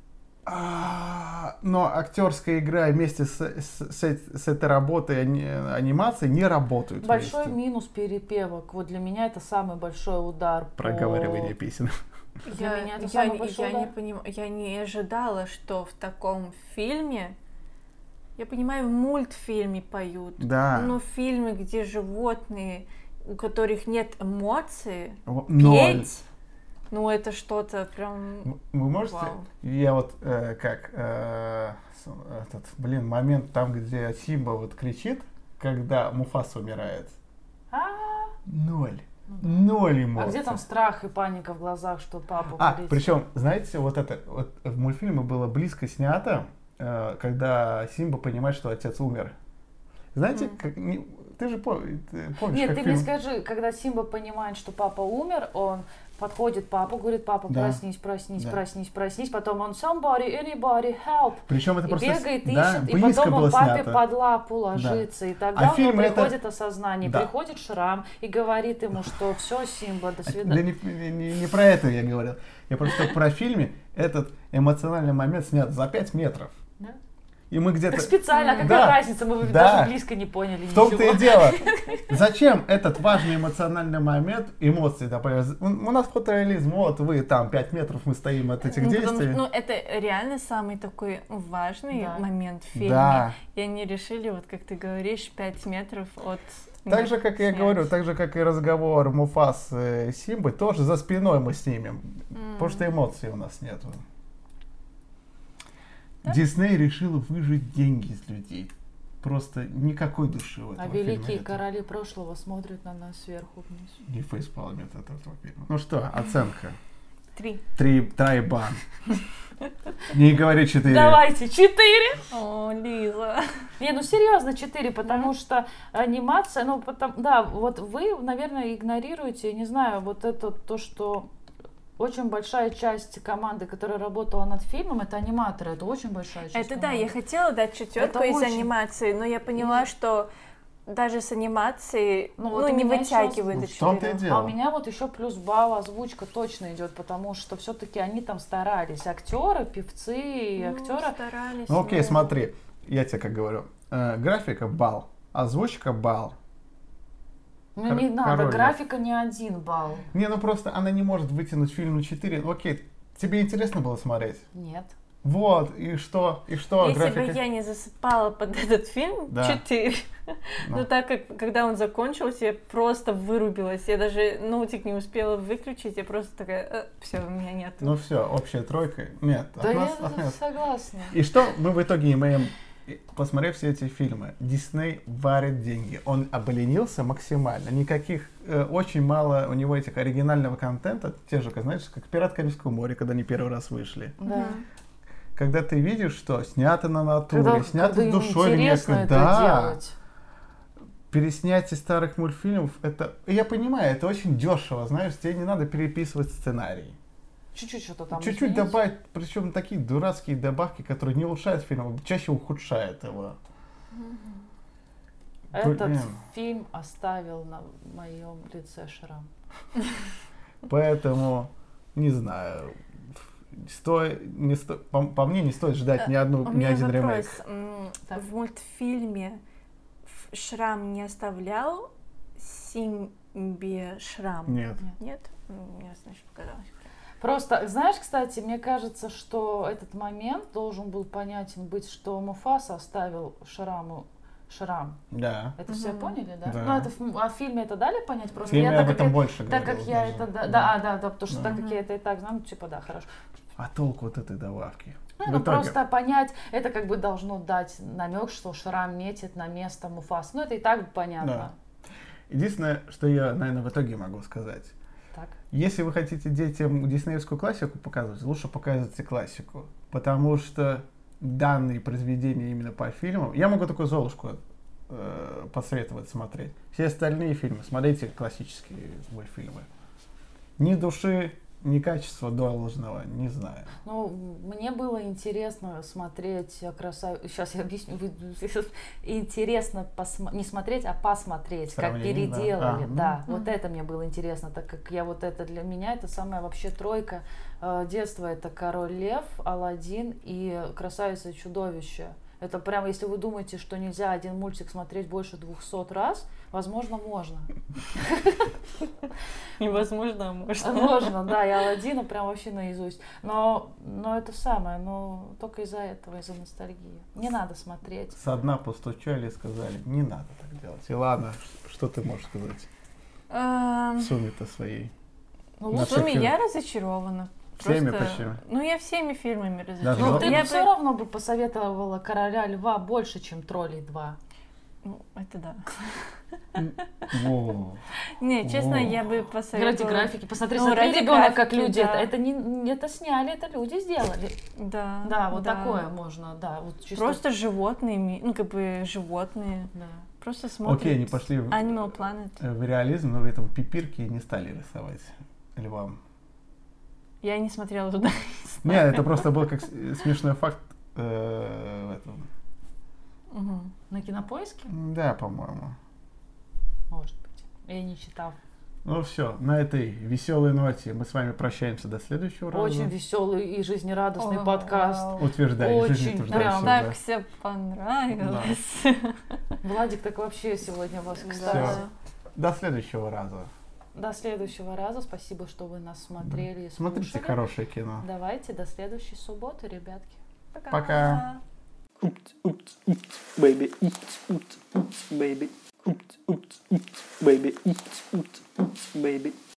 а, но актерская игра вместе с, с, с, эт- с этой работой ани- анимации не работают Большой вместе. минус перепевок. Вот для меня это самый большой удар. по- Проговаривание песен. Для Я, меня это я самый не- большой я не удар. поним- я не ожидала, что в таком фильме, я понимаю, в мультфильме поют, Да. но фильмы, где животные, у которых нет эмоций, В- Ноль. петь, ну это что-то прям... Вы можете? Вау. Я вот э, как э, с- этот, блин, момент там, где Симба вот кричит, когда Муфаса умирает. А, Ноль. ну да. Ноль эмоций. А где там страх и паника в глазах, что папу А, полетит? причем, знаете, вот это вот в мультфильме было близко снято, э, когда Симба понимает, что отец умер. Знаете, Мгм. как, не- ты же пом- ты помнишь, Нет, как ты фильм... мне скажи, когда Симба понимает, что папа умер, он подходит к папу, говорит: папа, Да. проснись, проснись, Да. проснись, проснись. Потом он somebody, anybody, help. Причем это И просто бегает, да, ищет, и близко потом было он папе снято. под лапу ложится. И тогда А у него фильм это- приходит осознание, Да. приходит Шрам и говорит ему, что все, Симба, до Да свидания. не, не- не- не про это я говорил. Я просто про фильме этот эмоциональный момент снят за пять метров. Да? И мы где-то... Так специально, а какая Да. разница, мы Да. даже близко не поняли В том-то ничего. и дело. Зачем этот важный эмоциональный момент, эмоции добавить? У, у нас фотореализм, вот вы там пять метров, мы стоим от этих Ну, потому действий. что, ну, это реально самый такой важный Да. момент в фильме. Да. И они решили, вот как ты говоришь, пять метров от... Так них же, как я снять. говорю, так же, как и разговор Муфасы с Симбой, тоже за спиной мы снимем. М. Потому что эмоций у нас нету. Да. Дисней решил выжить деньги из людей. Просто никакой души в этом А фильме великие нету. короли прошлого смотрят на нас сверху вниз. Не фейспалмит от этого фильма. Ну что, оценка. Три. Три трайбан. Не говори четыре. Давайте, четыре! О, Лиза. Не, ну серьезно, четыре, потому что анимация, ну, потом, да, вот вы, наверное, игнорируете, не знаю, вот это то, что очень большая часть команды, которая работала над фильмом, это аниматоры, это очень большая часть Это да, команды. я хотела дать четверку Это из очень. анимации, но я поняла, И- что даже с анимацией, Ну, ну, вот у не меня еще- вытягивает Ну, до в том-то и четырех. дело. А у меня вот еще плюс балл озвучка точно идет, потому что все-таки они там старались. Актеры, певцы и Ну, актеры. старались, Ну окей, но- смотри, я тебе как говорю. Э, графика бал, озвучка бал. Ну Кор- не надо, король. графика не один балл. Не, ну просто она не может вытянуть фильм на четыре. Ну окей, тебе интересно было смотреть? Нет. Вот, и что? И что? Если графика? бы я не засыпала под этот фильм, Да. четыре. Ну. Но так как, когда он закончился, я просто вырубилась. Я даже ноутик не успела выключить, я просто такая, все, у меня нет. Ну все, общая тройка. Нет, от Да нас, я от нас. согласна. И что мы в итоге имеем, посмотрев все эти фильмы? Дисней варит деньги. Он обленился максимально. Никаких, э, очень мало у него этих оригинального контента. Те же, как, знаешь, как «Пират Карибского моря», когда они первый раз вышли. Да. Мгм. Когда ты видишь, что снято на натуре, Когда, снято когда с им душой, интересно некой- это да. делать. Переснятие старых мультфильмов, это, я понимаю, это очень дешево, знаешь, тебе не надо переписывать сценарий. Чуть-чуть что-то там Чуть-чуть изменить. добавить, причем такие дурацкие добавки, которые не улучшают фильм, а чаще ухудшают его. Этот Блин. фильм оставил на моем лице шрам. Поэтому, не знаю, стой, не сто, по, по мне не стоит ждать ни, одну, У ни меня один вопрос. ремейк. М, Так. В мультфильме ф- Шрам не оставлял Симбе шрам? Нет. Нет? М, Мне, значит, показалось. Просто, знаешь, кстати, мне кажется, что этот момент должен был понятен быть, что Муфаса оставил Шраму шрам. Да. Это все Мгм. поняли, да? Да. Ну, это в, а в фильме это дали понять? В Просто фильме я об так этом как, больше я, так говорил как я даже. это, да, Да. да, а, да, да, потому что Да. так как я это и так знаю, ну, типа, да, хорошо. А толку вот этой добавки? Ну, В ну, итоге- просто понять, это как бы должно дать намек, что Шрам метит на место Муфаса. Ну, это и так понятно. Единственное, что я, наверное, в итоге могу сказать. Так. Если вы хотите детям диснеевскую классику показывать, лучше показывайте классику. Потому что данные произведения именно по фильмам, я могу только «Золушку» э, посоветовать смотреть. Все остальные фильмы, смотрите классические мультфильмы. Ни души, ни качества должного, не знаю. Ну, мне было интересно смотреть красавицу. Сейчас я объясню. Интересно посмо... не смотреть, а посмотреть, Сравнение, как переделали. да, Да, а, вот это мне было интересно, так как я вот это для меня это самая вообще тройка э, детства. Это «Король Лев», «Аладдин» и «Красавица и чудовище». Это прямо, если вы думаете, что нельзя один мультик смотреть больше двухсот раз, возможно, можно. Невозможно, а можно. Можно, да, и «Аладдина» прям вообще наизусть. Но, но это самое, но только из-за этого, из-за ностальгии. Не надо смотреть. Со дна постучали и сказали, не надо так делать. И ладно, что ты можешь сказать в сумме-то своей? Ну, в сумме я разочарована. Всеми Просто... почему? Ну, я всеми фильмами Даже разочарована. Ну, ты я бы все бы- равно бы посоветовала «Короля Льва» больше, чем «Троллей два». Ну, это да. Во. Не, честно, О. я бы Ради посоветовала... графики. Посмотри, Ну, смотри, ради ребенок, как графики, люди. да. Это, это не это сняли, это люди сделали. Да. Да, вот да. такое можно, да. Вот чисто... Просто животные, ми- ну, как бы животные. Да. Просто смотрят Окей, они пошли в, Animal Planet. в реализм, но в этом пипирки не стали рисовать львам. Я не смотрела туда. Нет, это просто был как с- смешной факт э, в этом. Мгм. На Кинопоиске? Да, по-моему. Может быть. Я не читал. Ну все, на этой веселой ноте мы с вами прощаемся до следующего раза. Очень веселый и жизнерадостный О, подкаст. вау. Утверждаю, Очень жизнеутверждающий, прям. да. Так все понравилось. Владик, так вообще сегодня вас, Да. кстати. До следующего раза. До следующего раза. Спасибо, что вы нас смотрели и Смотрите слушали. хорошее кино. Давайте до следующей субботы, ребятки. Пока. Oops, oops, oops, baby. Oops, oops, oops, baby. Oops, oops, oops, baby. Oops, oops, oops, baby.